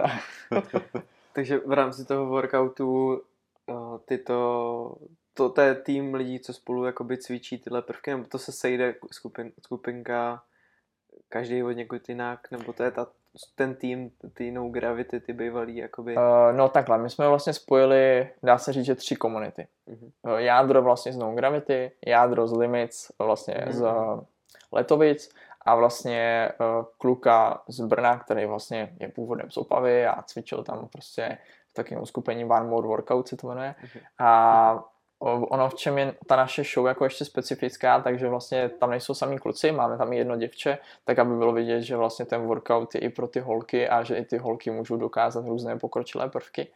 [SPEAKER 2] Takže v rámci toho workoutu ty to, to, to je tým lidí, co spolu jakoby cvičí tyhle prvky, nebo to se sejde skupin, skupinka každý od někud jinak, nebo to je ta, ten tým, ty No Gravity, ty bývalý jakoby...
[SPEAKER 3] Uh, no takhle, my jsme vlastně spojili, dá se říct, že tři komunity. Uh-huh. Uh, jádro vlastně z No Gravity, jádro z Limits, vlastně uh-huh. z Letovic a vlastně uh, kluka z Brna, který vlastně je původem z Opavy a cvičil tam prostě v takovém uskupení One More Workout se to jmenuje. Uh-huh. A ono, v čem je ta naše show jako ještě specifická, takže vlastně tam nejsou samý kluci, máme tam i jedno děvče, tak aby bylo vidět, že vlastně ten workout je i pro ty holky a že i ty holky můžou dokázat různé pokročilé prvky.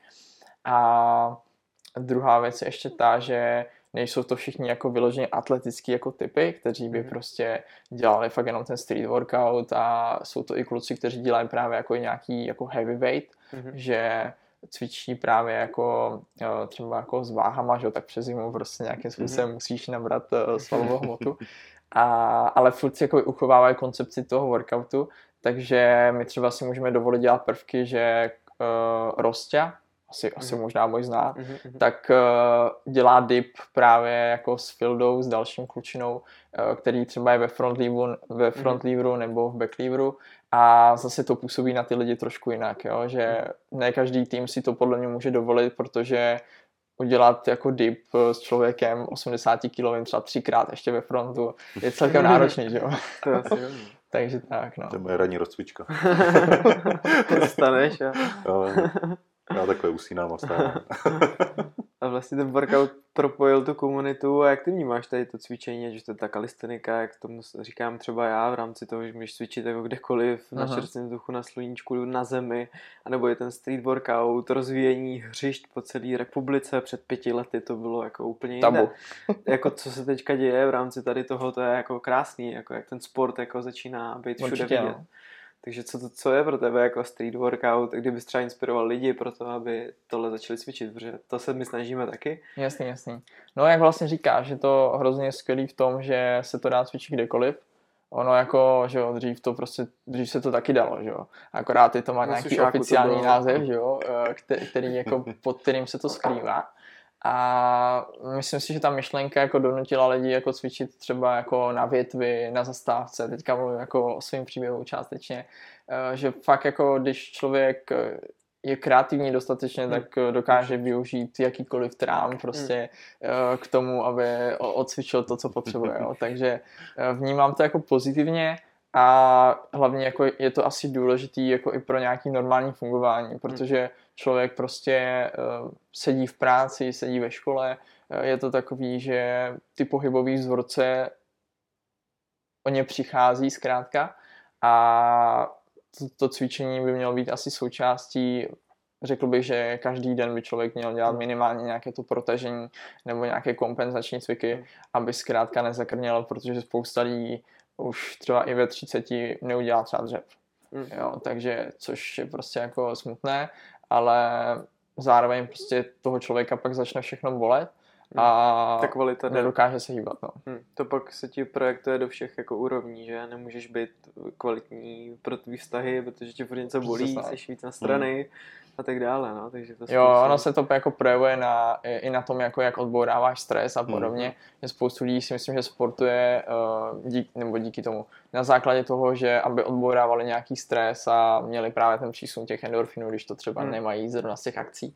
[SPEAKER 3] A druhá věc je ještě ta, že nejsou to všichni jako vyloženě atletický jako typy, kteří by prostě dělali fakt jenom ten street workout a jsou to i kluci, kteří dělají právě jako nějaký jako heavyweight, mm-hmm. že cvičí právě jako třeba jako s váhama, že tak přes zimu prostě nějakým způsobem mm-hmm. musíš nabrat uh, svalovou hmotu. A, ale furt si jako uchovávají koncepci toho workoutu, takže my třeba si můžeme dovolit dělat prvky, že uh, Rostia, asi, mm-hmm. asi možná můj znát, mm-hmm. tak uh, dělá dip právě jako s Fildou, s dalším klučinou, uh, který třeba je ve front leveru, ve front leveru mm-hmm. nebo v back leveru a zase to působí na ty lidi trošku jinak, jo? Že ne každý tým si to podle mě může dovolit, protože udělat jako dip s člověkem osmdesát kilogramů třeba třikrát ještě ve frontu je celkem náročný, že jo?
[SPEAKER 2] To asi jo.
[SPEAKER 3] Takže tak, no.
[SPEAKER 1] To je moje ranní rozcvička.
[SPEAKER 2] Staneš, jo.
[SPEAKER 1] jo. Já takhle usínám a stávám.
[SPEAKER 2] A vlastně ten workout propojil tu komunitu a jak ty vnímáš tady to cvičení, že to je ta kalistenika, jak tomu říkám třeba já v rámci toho, že můžeš cvičit jako kdekoliv, na čerstvém vzduchu, na sluníčku, na zemi, anebo je ten street workout, rozvíjení hřišť po celé republice, před pěti lety to bylo jako úplně jinde.
[SPEAKER 3] Tabu.
[SPEAKER 2] Jako co se teďka děje v rámci tady toho, to je jako krásný, jako jak ten sport jako začíná být všude
[SPEAKER 3] Určitě,
[SPEAKER 2] vidět.
[SPEAKER 3] no.
[SPEAKER 2] Takže co, co je pro tebe jako street workout, kdybys třeba inspiroval lidi pro to, aby tohle začali cvičit, protože to se my snažíme taky.
[SPEAKER 3] Jasný, jasný. No jak vlastně říkáš, že to hrozně skvělý v tom, že se to dá cvičit kdekoliv. Ono jako, že jo, dřív to prostě, dřív se to taky dalo, že jo. Akorát je to má
[SPEAKER 2] Na
[SPEAKER 3] nějaký
[SPEAKER 2] sušáku
[SPEAKER 3] oficiální název, že jo, který, který jako, pod kterým se to skrývá. A myslím si, že ta myšlenka jako donutila lidi jako cvičit třeba jako na větvi, na zastávce, teďka mluvím jako o svým příběhu částečně, že fakt jako když člověk je kreativní dostatečně,
[SPEAKER 2] hmm.
[SPEAKER 3] tak dokáže využít jakýkoliv trám prostě hmm. k tomu, aby odcvičil to, co potřebuje. Jo. Takže vnímám to jako pozitivně a hlavně jako je to asi důležitý jako i pro nějaký normální fungování, protože člověk prostě uh, sedí v práci, sedí ve škole, uh, je to takový, že ty pohybové vzorce o ně přichází zkrátka a to, to cvičení by mělo být asi součástí, řekl bych, že každý den by člověk měl dělat minimálně nějaké to protažení nebo nějaké kompenzační cviky, aby zkrátka nezakrnělo, protože spousta lidí už třeba i ve třiceti neudělá třeba dřep. Jo, takže což je prostě jako smutné, ale zároveň prostě toho člověka pak začne všechno bolet a
[SPEAKER 2] ta kvalita
[SPEAKER 3] nedokáže se hýbat. No.
[SPEAKER 2] Hmm. To pak se ti projektuje do všech jako úrovní, že nemůžeš být kvalitní pro tvý vztahy, protože tě furt něco bolí, jsi víc na strany hmm. a tak dále. No. Takže to
[SPEAKER 3] jo, spoustu... ono se to jako projevuje na, i na tom, jako jak odbouráváš stres a podobně. Hmm. Že spoustu lidí si myslím, že sportuje uh, dík, nebo díky tomu na základě toho, že aby odbourávali nějaký stres a měli právě ten přísun těch endorfinů, když to třeba hmm. nemají zrovna z těch akcí.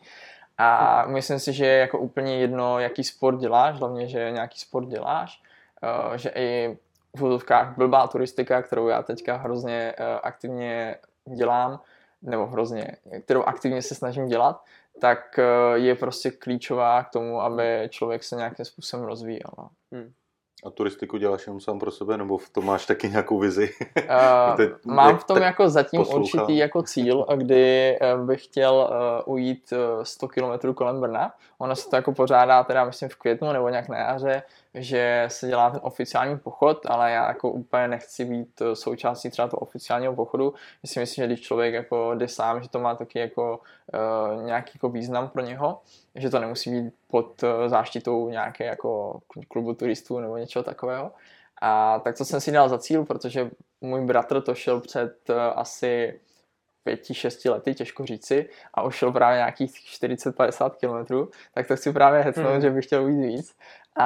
[SPEAKER 3] A hmm. myslím si, že je jako úplně jedno, jaký sport děláš, hlavně, že nějaký sport děláš, uh, že i v úvodovkách blbá turistika, kterou já teďka hrozně uh, aktivně dělám, nebo hrozně, kterou aktivně se snažím dělat, tak uh, je prostě klíčová k tomu, aby člověk se nějakým způsobem rozvíjel. No.
[SPEAKER 2] Hmm.
[SPEAKER 1] A turistiku děláš jenom sám pro sebe, nebo v tom máš taky nějakou vizi?
[SPEAKER 3] Uh, Teď, mám v tom jako zatím poslouchám. Určitý jako cíl, kdy bych chtěl uh, ujít sto kilometrů kolem Brna. Ono se to jako pořádá teda myslím v květnu nebo nějak na jaře, že se dělá ten oficiální pochod, ale já jako úplně nechci být součástí třeba toho oficiálního pochodu. Myslím, myslím, že když člověk jako jde sám, že to má taky jako uh, nějaký jako význam pro něho, že to nemusí být pod uh, záštitou nějaké jako klubu turistů nebo něčeho takového. A tak to jsem si dal za cíl, protože můj bratr to šel před uh, asi pěti, šesti lety, těžko říci, a už šel právě nějakých čtyřicet padesát kilometrů, tak to chci právě hecnout, hmm. že bych chtěl ujít víc.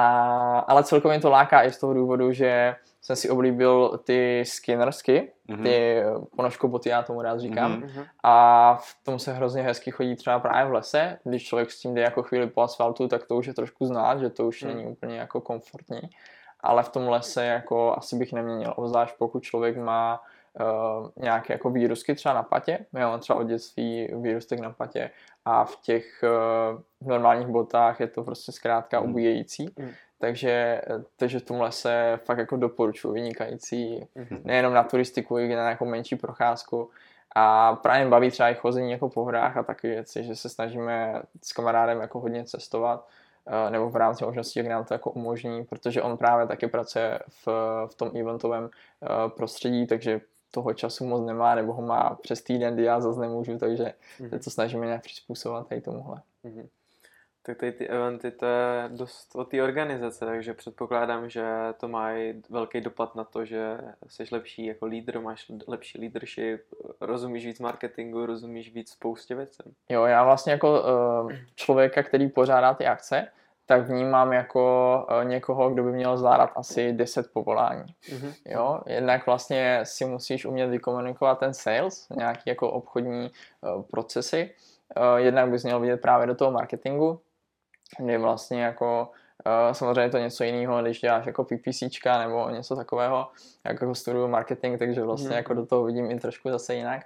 [SPEAKER 3] A, ale celkově to láká i z toho důvodu, že jsem si oblíbil ty skinnersky, mm-hmm. ty ponožkoboty, já tomu rád říkám. Mm-hmm. A v tom se hrozně hezky chodí třeba právě v lese. Když člověk s tím jde jako chvíli po asfaltu, tak to už je trošku znát, že to už mm. není úplně jako komfortní. Ale v tom lese jako asi bych neměnil, obzvlášť pokud člověk má Uh, nějaké jako vírusky třeba na patě, já mám třeba od dětství vírustek na patě a v těch uh, normálních botách je to prostě zkrátka mm. ubíjející, mm. takže, takže v tom lese fakt jako doporučuji, vynikající, mm. nejenom na turistiku, i na nějakou menší procházku a právě baví třeba i chození jako po horách a takové věci, že se snažíme s kamarádem jako hodně cestovat, uh, nebo v rámci možností, jak nám to jako umožní, protože on právě taky pracuje v, v tom eventovém uh, prostředí, takže toho času moc nemá, nebo ho má přes týden, kdy já zase nemůžu, takže mm-hmm. teď to snažíme nějak přizpůsobovat tady tomuhle.
[SPEAKER 2] Mm-hmm. Tak tady ty eventy, to je dost o té organizace, takže předpokládám, že to má velký dopad na to, že jsi lepší jako lídr, máš lepší leadership, rozumíš víc marketingu, rozumíš víc spoustě věcem.
[SPEAKER 3] Jo, já vlastně jako uh, člověka, který pořádá ty akce, tak vnímám jako uh, někoho, kdo by měl zvládat asi deset povolání. Mm-hmm. Jo, jednak vlastně si musíš umět vykomunikovat ten sales, nějaký jako obchodní uh, procesy. Uh, jednak bys měl vidět právě do toho marketingu, kdy vlastně jako uh, samozřejmě je to něco jiného, když děláš jako PPCčka nebo něco takového, jako studuju marketing, takže vlastně mm-hmm. jako do toho vidím i trošku zase jinak.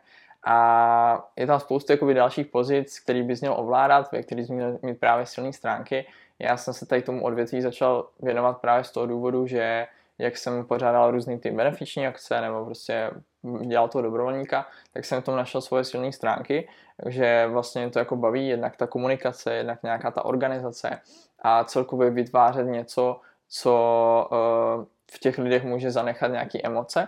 [SPEAKER 3] A je tam spoustu jakoby dalších pozic, který bys měl ovládat, ve kterých bys měl mít právě silné stránky. Já jsem se tady tomu odvětví začal věnovat právě z toho důvodu, že jak jsem pořádal různý ty benefiční akce nebo prostě dělal toho dobrovolníka, tak jsem v tom našel svoje silné stránky, že vlastně mě to jako baví, jednak ta komunikace, jednak nějaká ta organizace a celkově vytvářet něco, co uh, v těch lidech může zanechat nějaké emoce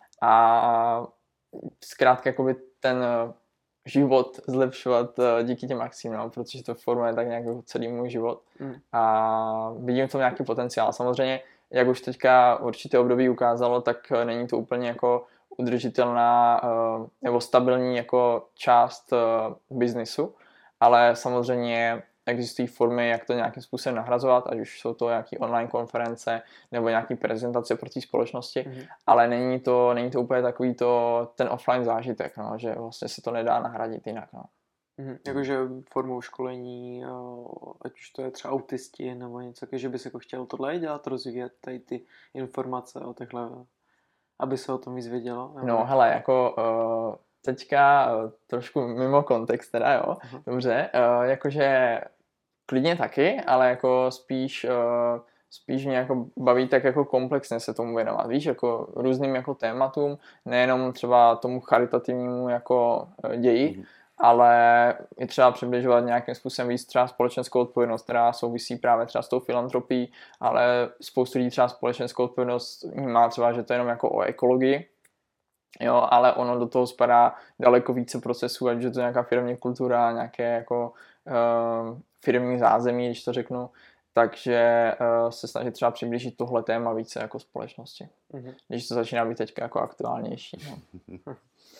[SPEAKER 3] a zkrátka jakoby ten život zlepšovat díky těm akcím, no, protože to formuje tak nějak celý můj život mm. a vidím v tom nějaký potenciál. Samozřejmě, jak už teďka určité období ukázalo, tak není to úplně jako udržitelná nebo stabilní jako část biznisu, ale samozřejmě existují formy, jak to nějakým způsobem nahrazovat, ať už jsou to nějaké online konference nebo nějaké prezentace pro té společnosti, mm. ale není to, není to úplně takový to, ten offline zážitek, no, že vlastně se to nedá nahradit jinak. No.
[SPEAKER 2] Mm. Jakože formou školení, ať už to je třeba autisti nebo něco, že bys jako chtěl tohle dělat, rozvíjet tady ty informace o těchhle, aby se o tom víc vědělo? Nebo...
[SPEAKER 3] No hele, jako... Uh... Teďka trošku mimo kontext teda, jo, uh-huh. dobře, uh, jakože klidně taky, ale jako spíš, uh, spíš mě jako baví tak jako komplexně se tomu věnovat, víš, jako různým jako tématům, nejenom třeba tomu charitativnímu jako ději, uh-huh. ale i třeba přibližovat nějakým způsobem víc třeba společenskou odpovědnost, která souvisí právě třeba s tou filantropií, ale spoustu lidí třeba společenskou odpovědnost má třeba, že to je jenom jako o ekologii, jo, ale ono do toho spadá daleko více procesů, ať je to nějaká firmní kultura, nějaké jako uh, firmní zázemí, když to řeknu, takže uh, se snažit třeba přiblížit tohle téma více jako společnosti, mm-hmm. když to začíná být teďka jako aktuálnější. No.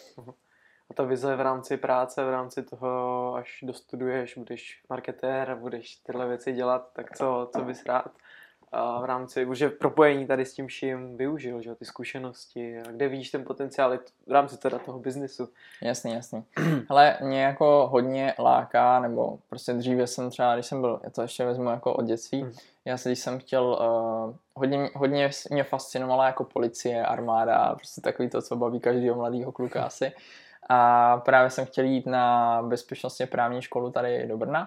[SPEAKER 2] A ta vize v rámci práce, v rámci toho, až dostuduješ, budeš marketér, budeš tyhle věci dělat, tak co, co bys rád v rámci, už je propojení tady s tím vším využil, že ty zkušenosti, a kde vidíš ten potenciál v rámci teda toho biznesu.
[SPEAKER 3] Jasný, jasný. Hele, mě jako hodně láká, nebo prostě dříve jsem třeba, když jsem byl, já to ještě vezmu jako od dětství, hmm. já se, když jsem chtěl, uh, hodně, hodně mě fascinovala jako policie, armáda, prostě takový to, co baví každého mladého kluka asi. A právě jsem chtěl jít na bezpečnostně právní školu tady do Brna,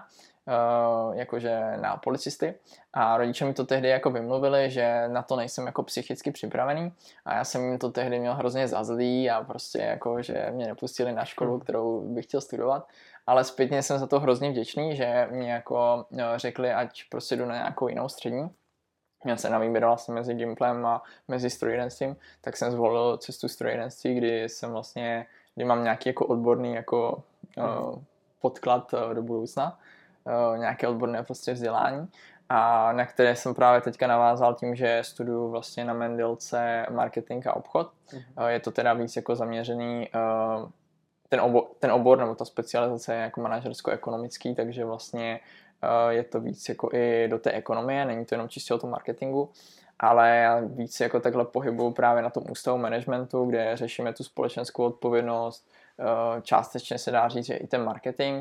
[SPEAKER 3] Uh, jakože na policisty a rodiče mi to tehdy jako vymluvili, že na to nejsem jako psychicky připravený a já jsem jim to tehdy měl hrozně za zlý a prostě jako, že mě nepustili na školu, kterou bych chtěl studovat, ale zpětně jsem za to hrozně vděčný, že mě jako řekli, ať prostě jdu na nějakou jinou střední. Měl jsem na výběr vlastně mezi Gimplem a mezi strojírenstvím, tak jsem zvolil cestu strojírenství, kdy jsem vlastně, kdy mám nějaký jako odborný jako uh, podklad uh, do budoucna, Uh, nějaké odborné prostě vzdělání a na které jsem právě teďka navázal tím, že studuju vlastně na Mendelce marketing a obchod. Uh-huh. Uh, je to teda víc jako zaměřený uh, ten, obor, ten obor nebo ta specializace je jako manažersko-ekonomický, takže vlastně uh, je to víc jako i do té ekonomie, není to jenom čistě o tom marketingu, ale já víc jako takhle pohybuju právě na tom ústavu managementu, kde řešíme tu společenskou odpovědnost, uh, částečně se dá říct, že i ten marketing,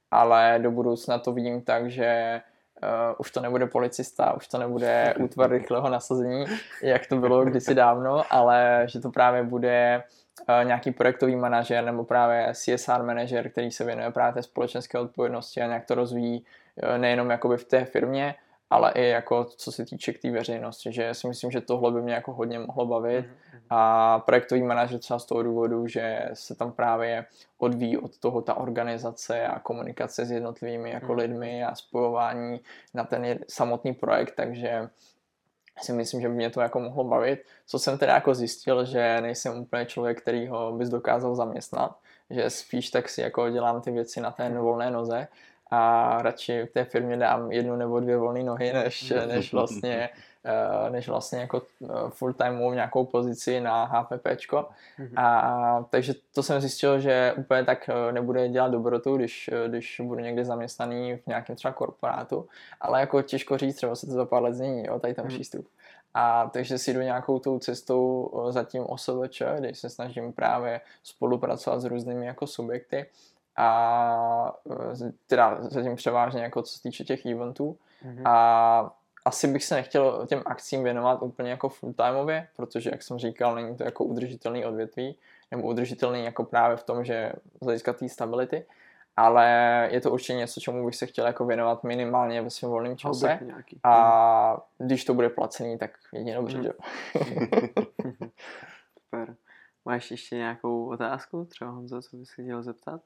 [SPEAKER 3] ale do budoucna to vidím tak, že uh, už to nebude policista, už to nebude útvar rychlého nasazení, jak to bylo kdysi dávno, ale že to právě bude uh, nějaký projektový manažer nebo právě C S R manažer, který se věnuje právě té společenské odpovědnosti a nějak to rozvíjí uh, nejenom jakoby v té firmě, ale i jako co se týče k té veřejnosti, že si myslím, že tohle by mě jako hodně mohlo bavit a projektový manažer třeba z toho důvodu, že se tam právě odvíjí od toho ta organizace a komunikace s jednotlivými jako lidmi a spojování na ten samotný projekt, takže si myslím, že by mě to jako mohlo bavit. Co jsem teda jako zjistil, že nejsem úplně člověk, který ho bys dokázal zaměstnat, že spíš tak si jako dělám ty věci na té volné noze, a radši v té firmě dám jednu nebo dvě volné nohy, než, než vlastně, než vlastně jako full time nějakou pozici na HPPčko. A takže to jsem zjistil, že úplně tak nebude dělat dobrotu, když, když budu někde zaměstnaný v nějakém třeba korporátu, ale jako těžko říct, třeba se to za pár let změní, jo, tady ten mm. přístup. A takže si jdu nějakou tou cestou zatím O S V Č, když se snažím právě spolupracovat s různými jako subjekty, a teda zatím převážně jako co se týče těch eventů mm-hmm. a asi bych se nechtěl těm akcím věnovat úplně jako full-timeově, protože jak jsem říkal, není to jako udržitelný odvětví, nebo udržitelný jako právě v tom, že z hlediska té stability, ale je to určitě něco, čemu bych se chtěl jako věnovat minimálně ve svém volném čase a když to bude placený, tak jedině dobře, že?
[SPEAKER 2] Super. Máš ještě nějakou otázku? Třeba Honzo, co bys se chtěl zeptat?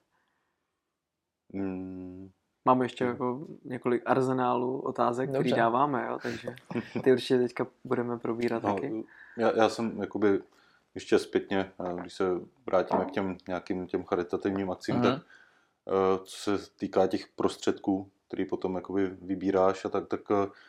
[SPEAKER 1] Mm.
[SPEAKER 2] Máme ještě jako několik arzenálů otázek,
[SPEAKER 3] Dobře.
[SPEAKER 2] který dáváme, jo? Takže ty určitě teďka budeme probírat
[SPEAKER 1] no,
[SPEAKER 2] taky.
[SPEAKER 1] Já, já jsem jakoby ještě zpětně, když se vrátíme k těm nějakým těm charitativním akcím, mm-hmm. tak co se týká těch prostředků, který potom jakoby vybíráš a tak, tak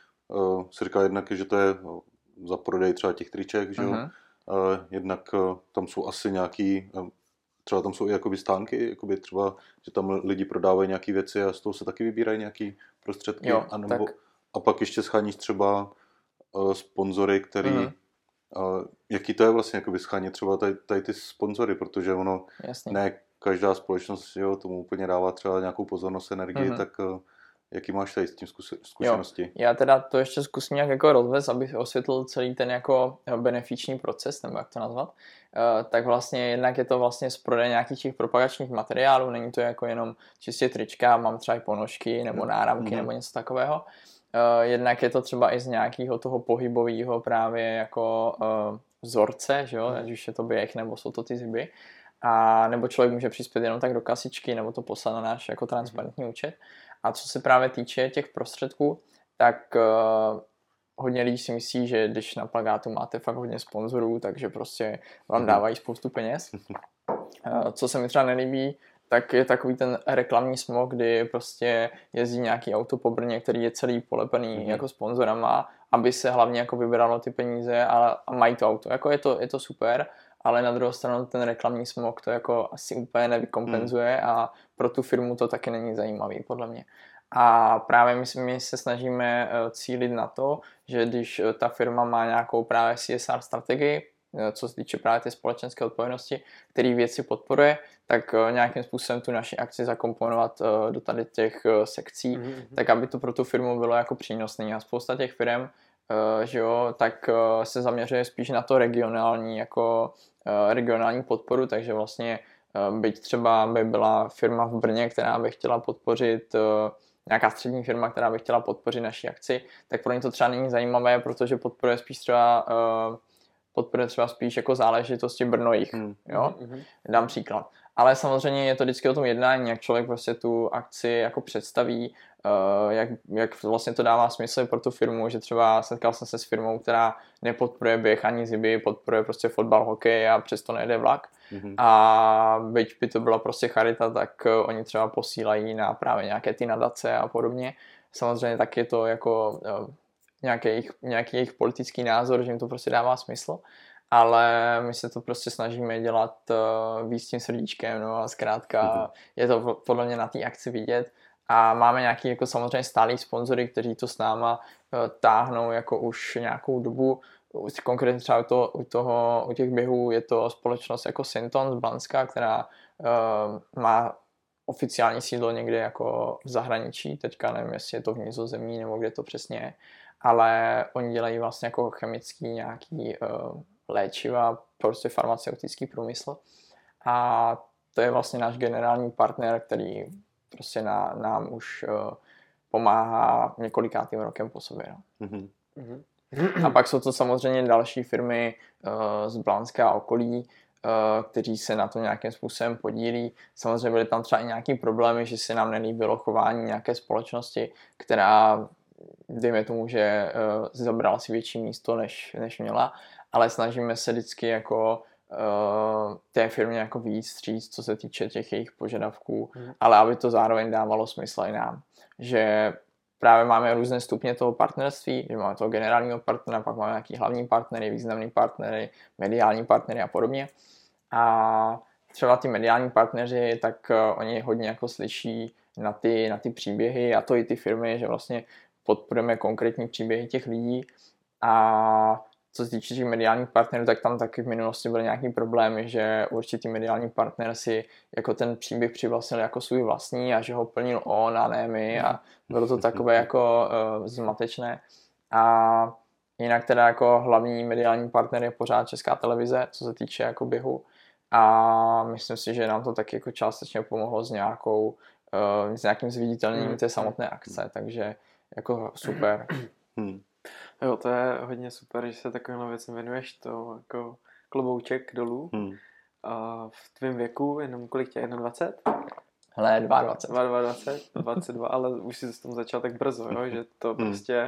[SPEAKER 1] uh, se říká jednak, že to je za prodej třeba těch triček, že jo? Uh-huh. Uh, jednak uh, tam jsou asi nějaký, uh, třeba tam jsou i jakoby stánky, jakoby třeba, že tam lidi prodávají nějaké věci a z toho se taky vybírají nějaké prostředky.
[SPEAKER 3] Jo,
[SPEAKER 1] a, nebo, a pak ještě scháníš třeba uh, sponzory, který, uh-huh. uh, jaký to je vlastně jakoby schánit třeba tady, tady ty sponzory, protože ono
[SPEAKER 3] Jasně.
[SPEAKER 1] ne každá společnost, jo, tomu úplně dává třeba nějakou pozornost, energii, uh-huh. tak uh, jaký máš tady s tím zkušenosti?
[SPEAKER 3] Jo, já teda to ještě zkusím nějak jako rozvést, abych osvětlil celý ten jako benefiční proces, nebo jak to nazvat. Uh, tak vlastně jednak je to vlastně z prodeje nějakých těch propagačních materiálů, není to jako jenom čistě trička, mám třeba i ponožky nebo náramky mm-hmm. nebo něco takového. Uh, jednak je to třeba i z nějakého toho pohybového právě jako uh, vzorce, že jo, ať už je to běh nebo jsou to ty zhyby. A nebo člověk může přispět jenom tak do kasičky nebo to poslat na náš jako transparentní účet. A co se právě týče těch prostředků, tak uh, hodně lidí si myslí, že když na plakátu máte fakt hodně sponzorů, takže prostě vám dávají spoustu peněz. Uh, co se mi třeba nelíbí, tak je takový ten reklamní smog, kdy prostě jezdí nějaký auto po Brně, který je celý polepený mm-hmm. jako sponzorama, aby se hlavně jako vybralo ty peníze a, a mají to auto. Jako je to, je to super, ale na druhou stranu ten reklamní smog to jako asi úplně nevykompenzuje mm. a pro tu firmu to taky není zajímavý, podle mě. A právě my, my se snažíme cílit na to, že když ta firma má nějakou právě C S R strategii, co se týče právě té společenské odpovědnosti, který věci podporuje, tak nějakým způsobem tu naši akci zakomponovat do tady těch sekcí, mm-hmm. tak aby to pro tu firmu bylo jako přínosné. A spousta těch firm, že jo, tak se zaměřuje spíš na to regionální, jako regionální podporu, takže vlastně byť třeba by byla firma v Brně, která by chtěla podpořit, nějaká střední firma, která by chtěla podpořit naši akci, tak pro ně to třeba není zajímavé, protože podporuje spíš třeba podporuje třeba spíš jako záležitosti Brno jich, hmm. jo, hmm. dám příklad. Ale samozřejmě je to vždycky o tom jednání, jak člověk prostě tu akci jako představí, uh, jak, jak vlastně to dává smysl pro tu firmu, že třeba setkal jsem se s firmou, která nepodporuje běh ani ziby, podporuje prostě fotbal, hokej a přesto nejde vlak. Hmm. A byť by to byla prostě charita, tak uh, oni třeba posílají na právě nějaké ty nadace a podobně. Samozřejmě tak je to jako uh, nějaký jejich, nějaký jejich politický názor, že jim to prostě dává smysl. Ale my se to prostě snažíme dělat uh, víc tím srdíčkem, no a zkrátka mm-hmm. je to podle mě na té akci vidět a máme nějaký jako samozřejmě stálý sponzory, kteří to s náma uh, táhnou jako už nějakou dobu. Konkrétně třeba u, to, u, toho, u těch běhů je to společnost jako Synton z Blanska, která uh, má oficiální sídlo někde jako v zahraničí, teďka nevím, jestli je to v Nizozemí nebo kde to přesně je, ale oni dělají vlastně jako chemický nějaký uh, léčiva, prostě farmaceutický průmysl. A to je vlastně náš generální partner, který prostě na, nám už uh, pomáhá několikátým rokem po sobě. No. Mm-hmm. A pak jsou to samozřejmě další firmy uh, z Blanska a okolí, uh, kteří se na to nějakým způsobem podílí. Samozřejmě byly tam třeba i nějaký problémy, že se nám nelíbilo chování nějaké společnosti, která, dejme tomu, že uh, zabrala si větší místo, než, než měla, ale snažíme se vždycky jako uh, té firmě jako víc vstříct, co se týče těch jejich požadavků, mm. ale aby to zároveň dávalo smysl i nám. Že právě máme různé stupně toho partnerství, že máme toho generálního partnera, pak máme nějaký hlavní partnery, významný partnery, mediální partnery a podobně. A třeba ty mediální partneři, tak uh, oni hodně jako slyší na ty, na ty příběhy a to i ty firmy, že vlastně podporujeme konkrétní příběhy těch lidí. A co se týče těch mediálních partnerů, tak tam taky v minulosti byly nějaký problémy, že určitý mediální partner si jako ten příběh přivlastnil jako svůj vlastní a že ho plnil on a ne my a bylo to takové jako uh, zmatečné. A jinak teda jako hlavní mediální partner je pořád Česká televize, co se týče jako běhu. a myslím si, že nám to taky jako částečně pomohlo s nějakou, uh, s nějakým zviditelněním té samotné akce, takže jako super.
[SPEAKER 1] Hmm.
[SPEAKER 2] Jo, to je hodně super, že se takovým věcem věnuješ, to jako klobouček dolů. Hmm. A v tvém věku, jenom kolik tě, dvacet jedna?
[SPEAKER 3] Hele, dvacet dva.
[SPEAKER 2] dvacet dva, dvacet dva, ale už jsi s tom začal tak brzo, jo, že to prostě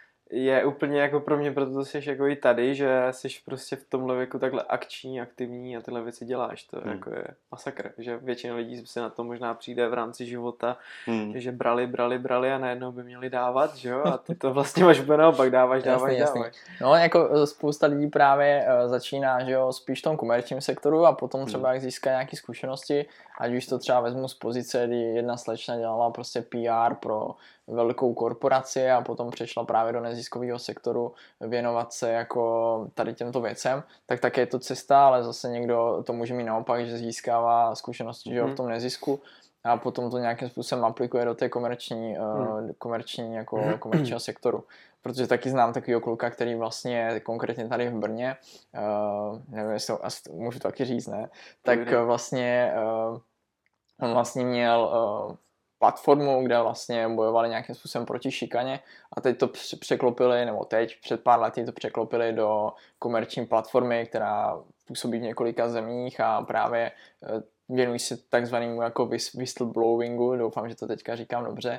[SPEAKER 2] je úplně jako pro mě, proto to jsi jako i tady, že jsi prostě v tomhle věku takhle akční, aktivní a tyhle věci děláš, to hmm. jako je masakr, že většina lidí se na to možná přijde v rámci života, hmm. že brali, brali, brali a najednou by měli dávat, že jo, a ty to vlastně máš úplně naopak, dáváš, dáváš, jasný, dáváš. Jasný.
[SPEAKER 3] No jako spousta lidí právě začíná, že jo, spíš v tom komerčním sektoru a potom třeba jak získá nějaké zkušenosti, ať už to třeba vezmu z pozice, kdy jedna slečna dělala prostě P R pro velkou korporaci a potom přešla právě do neziskového sektoru věnovat se jako tady těmto věcem, tak také je to cesta, ale zase někdo to může mít naopak, že získává zkušenosti že jo, v tom nezisku a potom to nějakým způsobem aplikuje do té komerční, hmm. uh, komerční jako komerčního sektoru. Protože taky znám takového kluka, který vlastně konkrétně tady v Brně, uh, nevím, jestli to, asi můžu to taky říct, ne? Tak vlastně uh, on vlastně měl uh, platformu, kde vlastně bojovali nějakým způsobem proti šikaně a teď to překlopili, nebo teď před pár lety to překlopili do komerční platformy, která působí v několika zemích a právě věnují se takzvanému jako whistleblowingu, doufám, že to teďka říkám dobře,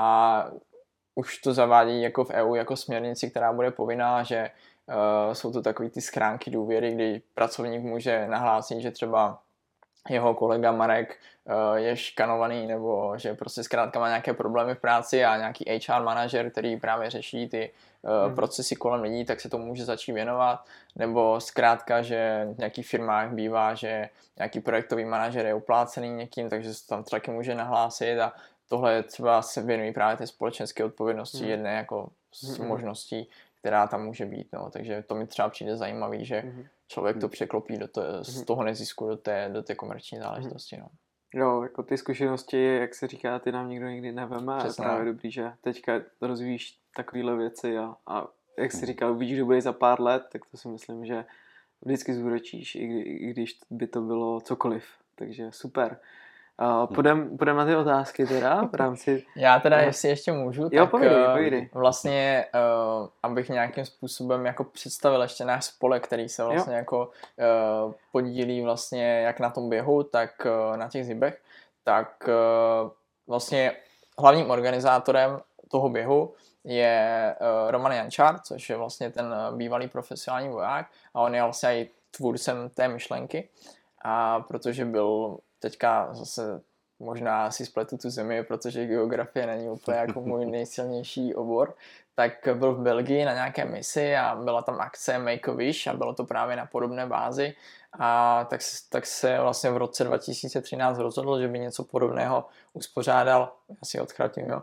[SPEAKER 3] a už to zavádí jako v E U jako směrnici, která bude povinná, že uh, jsou to takový ty schránky důvěry, kdy pracovník může nahlásit, že třeba jeho kolega Marek uh, je šikanovaný nebo že prostě zkrátka má nějaké problémy v práci a nějaký H R manažer, který právě řeší ty uh, mm. procesy kolem lidí, tak se tomu může začít věnovat, nebo zkrátka, že v nějakých firmách bývá, že nějaký projektový manažer je uplácený někým, takže se tam taky může nahlásit a tohle třeba se věnují právě té společenské odpovědnosti, mm. jedné jako z možností, která tam může být, no, takže to mi třeba přijde zajímavý, že mm. člověk to překlopí do to, z toho nezisku do té, do té komerční záležitosti. No.
[SPEAKER 2] Jo, jako ty zkušenosti, jak se říká, ty nám nikdo nikdy neveme a je právě dobrý, že teďka rozvíjíš takovéhle věci a, a jak jsi říkal, uvidíš, že bude za pár let, tak to si myslím, že vždycky zúročíš, i, kdy, i když by to bylo cokoliv. Takže super. Uh, půjdem, půjdem na ty otázky teda v rámci...
[SPEAKER 3] Já teda, jestli ještě můžu,
[SPEAKER 2] jo,
[SPEAKER 3] tak
[SPEAKER 2] povídej, povídej.
[SPEAKER 3] vlastně, uh, abych nějakým způsobem jako představil ještě náš spolek, který se vlastně jo. jako uh, podílí vlastně jak na tom běhu, tak uh, na těch zibech, tak uh, vlastně hlavním organizátorem toho běhu je uh, Roman Jančár, což je vlastně ten bývalý profesionální voják a on je vlastně i tvůrcem té myšlenky, a protože byl teďka zase možná si spletu tu zemi, protože geografie není úplně jako můj nejsilnější obor, tak byl v Belgii na nějaké misi a byla tam akce Make a Wish a bylo to právě na podobné bázi a tak, tak se vlastně v roce dva tisíce třináct rozhodl, že by něco podobného uspořádal, já si odchrátím, jo,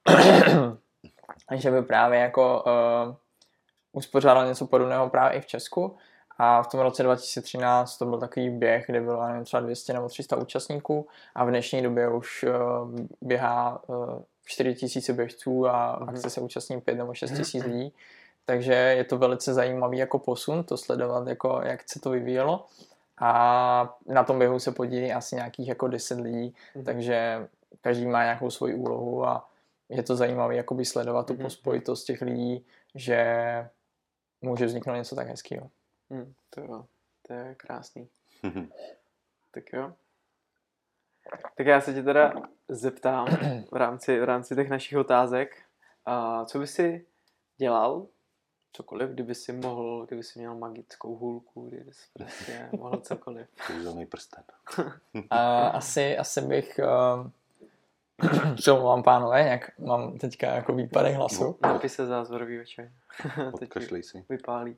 [SPEAKER 3] že by právě jako uh, uspořádal něco podobného právě i v Česku. A v tom roce dva tisíce třináct to byl takový běh, kde bylo nevím, třeba dvě stě nebo tři sta účastníků a v dnešní době už uh, běhá uh, čtyři tisíce běžců a mm-hmm. akce se účastní pět nebo šest tisíc lidí. Takže je to velice zajímavý jako posun, to sledovat, jako, jak se to vyvíjelo. A na tom běhu se podílí asi nějakých jako deset lidí, mm-hmm. takže každý má nějakou svoji úlohu a je to zajímavé jakoby sledovat tu mm-hmm. pospojitost těch lidí, že může vzniknout něco tak hezkého.
[SPEAKER 2] Hmm, to jo, to je krásný. Tak jo. Tak já se tě teda zeptám v rámci, v rámci těch našich otázek, a co by si dělal, cokoliv, kdyby si mohl, kdyby si měl magickou hůlku, kdyby si prostě mohl cokoliv.
[SPEAKER 1] Kouzelný prsten.
[SPEAKER 3] A asi, asi bych, uh, co mám pánové, jak mám teďka jako výpadek hlasu.
[SPEAKER 2] Napij se zázvorový večer.
[SPEAKER 1] Odkašlej si.
[SPEAKER 2] Vypálí.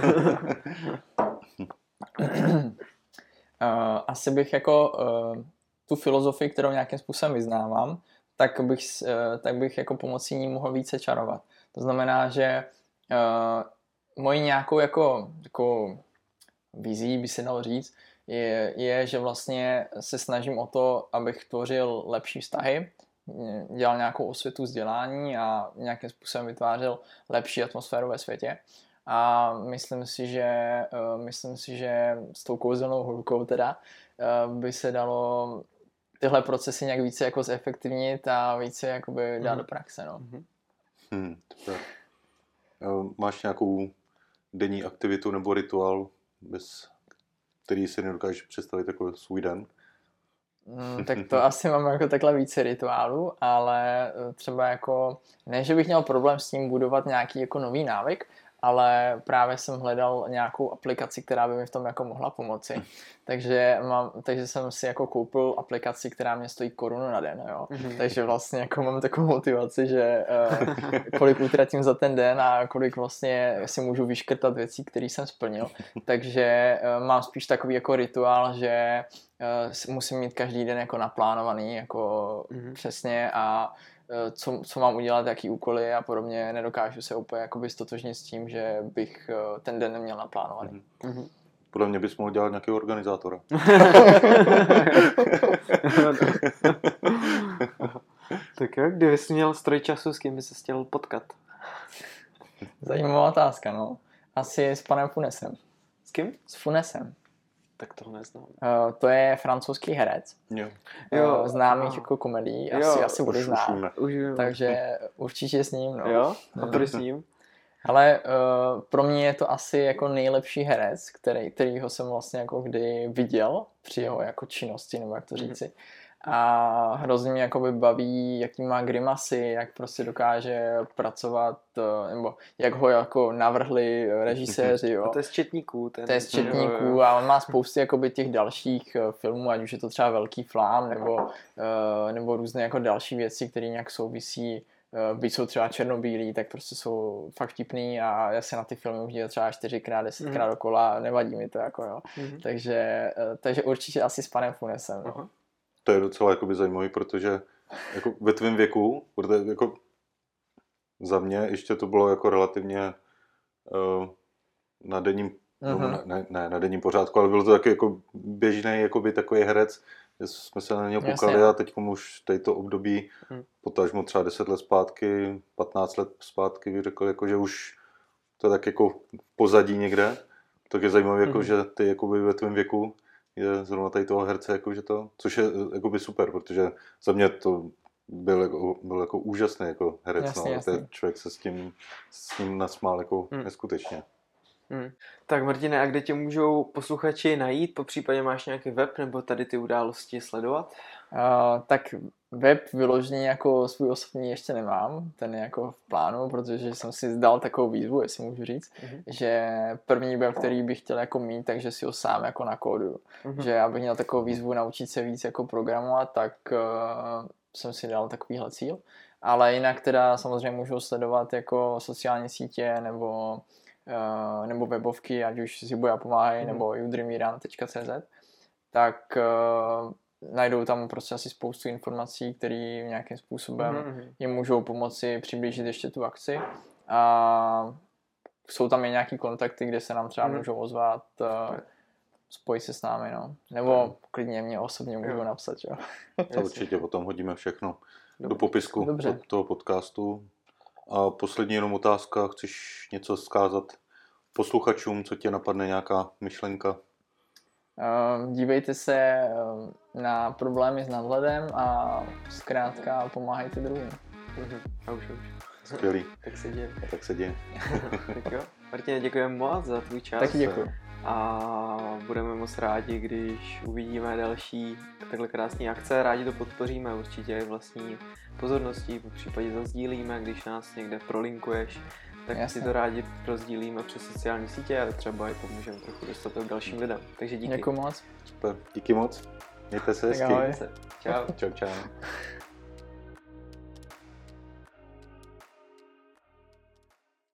[SPEAKER 3] uh, asi bych jako uh, tu filozofii, kterou nějakým způsobem vyznávám, tak bych, uh, tak bych jako pomocí ní mohl více čarovat. To znamená, že uh, mojí nějakou jako, jako vizí, by se dalo říct, je, je, že vlastně se snažím o to, abych tvořil lepší vztahy, dělal nějakou osvětu vzdělání a nějakým způsobem vytvářel lepší atmosféru ve světě. a myslím si, že uh, myslím si, že s tou kouzelnou hůlkou teda uh, by se dalo tyhle procesy nějak více jako zefektivnit a více jakoby dát mm. do praxe, no.
[SPEAKER 1] Hmm, Máš nějakou denní aktivitu nebo rituál, bez který si nedokážeš představit jako svůj den?
[SPEAKER 3] Mm, tak to asi mám jako takhle více rituálů, ale třeba jako, ne, že bych měl problém s tím budovat nějaký jako nový návyk, ale právě jsem hledal nějakou aplikaci, která by mi v tom jako mohla pomoci. Takže, mám, takže jsem si jako koupil aplikaci, která mě stojí korunu na den, jo. Mm-hmm. Takže vlastně jako mám takovou motivaci, že uh, kolik utratím za ten den a kolik vlastně si můžu vyškrtat věcí, které jsem splnil. Takže uh, mám spíš takový jako rituál, že uh, musím mít každý den jako naplánovaný, jako mm-hmm. přesně a Co, co mám udělat, jaký úkoly a podobně, nedokážu se úplně jakoby stotožnit s tím, že bych ten den neměl naplánovaný.
[SPEAKER 1] Mm-hmm. Podle mě bys mohl dělat nějakého organizátora.
[SPEAKER 2] Tak jo, kdyby jsi měl stroj času, s kým bys se chtěl potkat?
[SPEAKER 3] Zajímavá otázka, no. Asi s panem Funesem.
[SPEAKER 2] S kým?
[SPEAKER 3] S Funesem.
[SPEAKER 2] Tak toho neznám.
[SPEAKER 3] Uh, to je francouzský herec.
[SPEAKER 1] Jo.
[SPEAKER 3] Jo, uh, známý jako komedii. Asi,
[SPEAKER 2] jo,
[SPEAKER 3] asi bude znát. Takže určitě s ním. No.
[SPEAKER 2] Jo? A proč s ním?
[SPEAKER 3] Ale uh, pro mě je to asi jako nejlepší herec, který, kterýho jsem vlastně jako kdy viděl při jeho jako činnosti, nebo jak to říci. A hrozně mě jakoby baví, jaký má grimasy, jak prostě dokáže pracovat, nebo jak ho jako navrhli režiséři, jo.
[SPEAKER 2] A to je z Četníků. Ten...
[SPEAKER 3] To je z Četníků a on má spousty jakoby těch dalších filmů, ať už je to třeba Velký flám, nebo, nebo různé jako další věci, které nějak souvisí, byť jsou třeba černobílí, tak prostě jsou fakt vtipný a já se na ty filmy už díval třeba čtyřikrát, desetkrát mm. dokola, nevadí mi to, jako jo. Mm. Takže, takže určitě asi s panem Funesem, no.
[SPEAKER 1] Aha. To je docela jakoby zajímavý, protože jako ve tvém věku, protože jako za mě ještě to bylo jako relativně uh, na denním, uh-huh. no, ne, ne na denním pořádku, ale bylo to taky jako běžný jakoby takový herec, že jsme se na něj koukali. Jasně. A teď už tady to období, uh-huh. potažmo třeba deset let zpátky, patnáct let zpátky bych řekl, jako, že už to je tak jako v pozadí někde, tak je zajímavé, uh-huh. jako, že ty jakoby ve tvém věku je zrovna tady toho herce, jakože to, což je jakoby super, protože za mě to byl jako, byl jako úžasný jako herec, jasný, no, jasný. Člověk se s tím, s tím nasmál jako hmm. neskutečně.
[SPEAKER 2] Hmm. Tak Martine, a kde tě můžou posluchači najít? Popřípadě máš nějaký web nebo tady ty události sledovat?
[SPEAKER 3] Uh, tak web vyložený jako svůj osobní ještě nemám, ten je jako v plánu, protože jsem si dal takovou výzvu, jestli můžu říct, uh-huh. že první web, který bych chtěl jako mít, takže si ho sám jako nakóduju. Uh-huh. Že abych měl takovou výzvu naučit se víc jako programovat, tak uh, jsem si dal takovýhle cíl. Ale jinak teda samozřejmě můžu sledovat jako sociální sítě nebo Uh, nebo webovky, ať už si Boja pomáhají, mm. nebo udrymiran tečka cé zet, tak uh, najdou tam prostě asi spoustu informací, které nějakým způsobem mm. jim můžou pomoci přiblížit ještě tu akci. A jsou tam i nějaký kontakty, kde se nám třeba mm. můžou ozvat, uh, spojit se s námi, no. Nebo mm. klidně mě osobně můžou mm. napsat, jo.
[SPEAKER 1] To určitě potom hodíme všechno do, do popisku Dobře. toho podcastu. A poslední jenom otázka, chceš něco vzkázat posluchačům, co tě napadne, nějaká myšlenka?
[SPEAKER 3] Uh, dívejte se na problémy s nadhledem a zkrátka pomáhajte druhým.
[SPEAKER 2] Uh-huh. A už, už.
[SPEAKER 1] Skvělý.
[SPEAKER 2] Tak se děje.
[SPEAKER 1] A tak se děje.
[SPEAKER 2] Tak jo. Martine, děkujeme moc za tvůj čas.
[SPEAKER 3] Taky děkuji.
[SPEAKER 2] A budeme moc rádi, když uvidíme další takhle krásné akce. Rádi to podpoříme určitě vlastní pozorností, v případě zazdílíme, když nás někde prolinkuješ, tak Jasně. si to rádi rozdílíme přes sociální sítě a třeba i pomůžeme trochu dostat to k dalším lidem. Takže díky.
[SPEAKER 3] Děkuji moc.
[SPEAKER 1] Super, díky moc. Mějte se hezky.
[SPEAKER 2] Čau.
[SPEAKER 1] Čau, čau.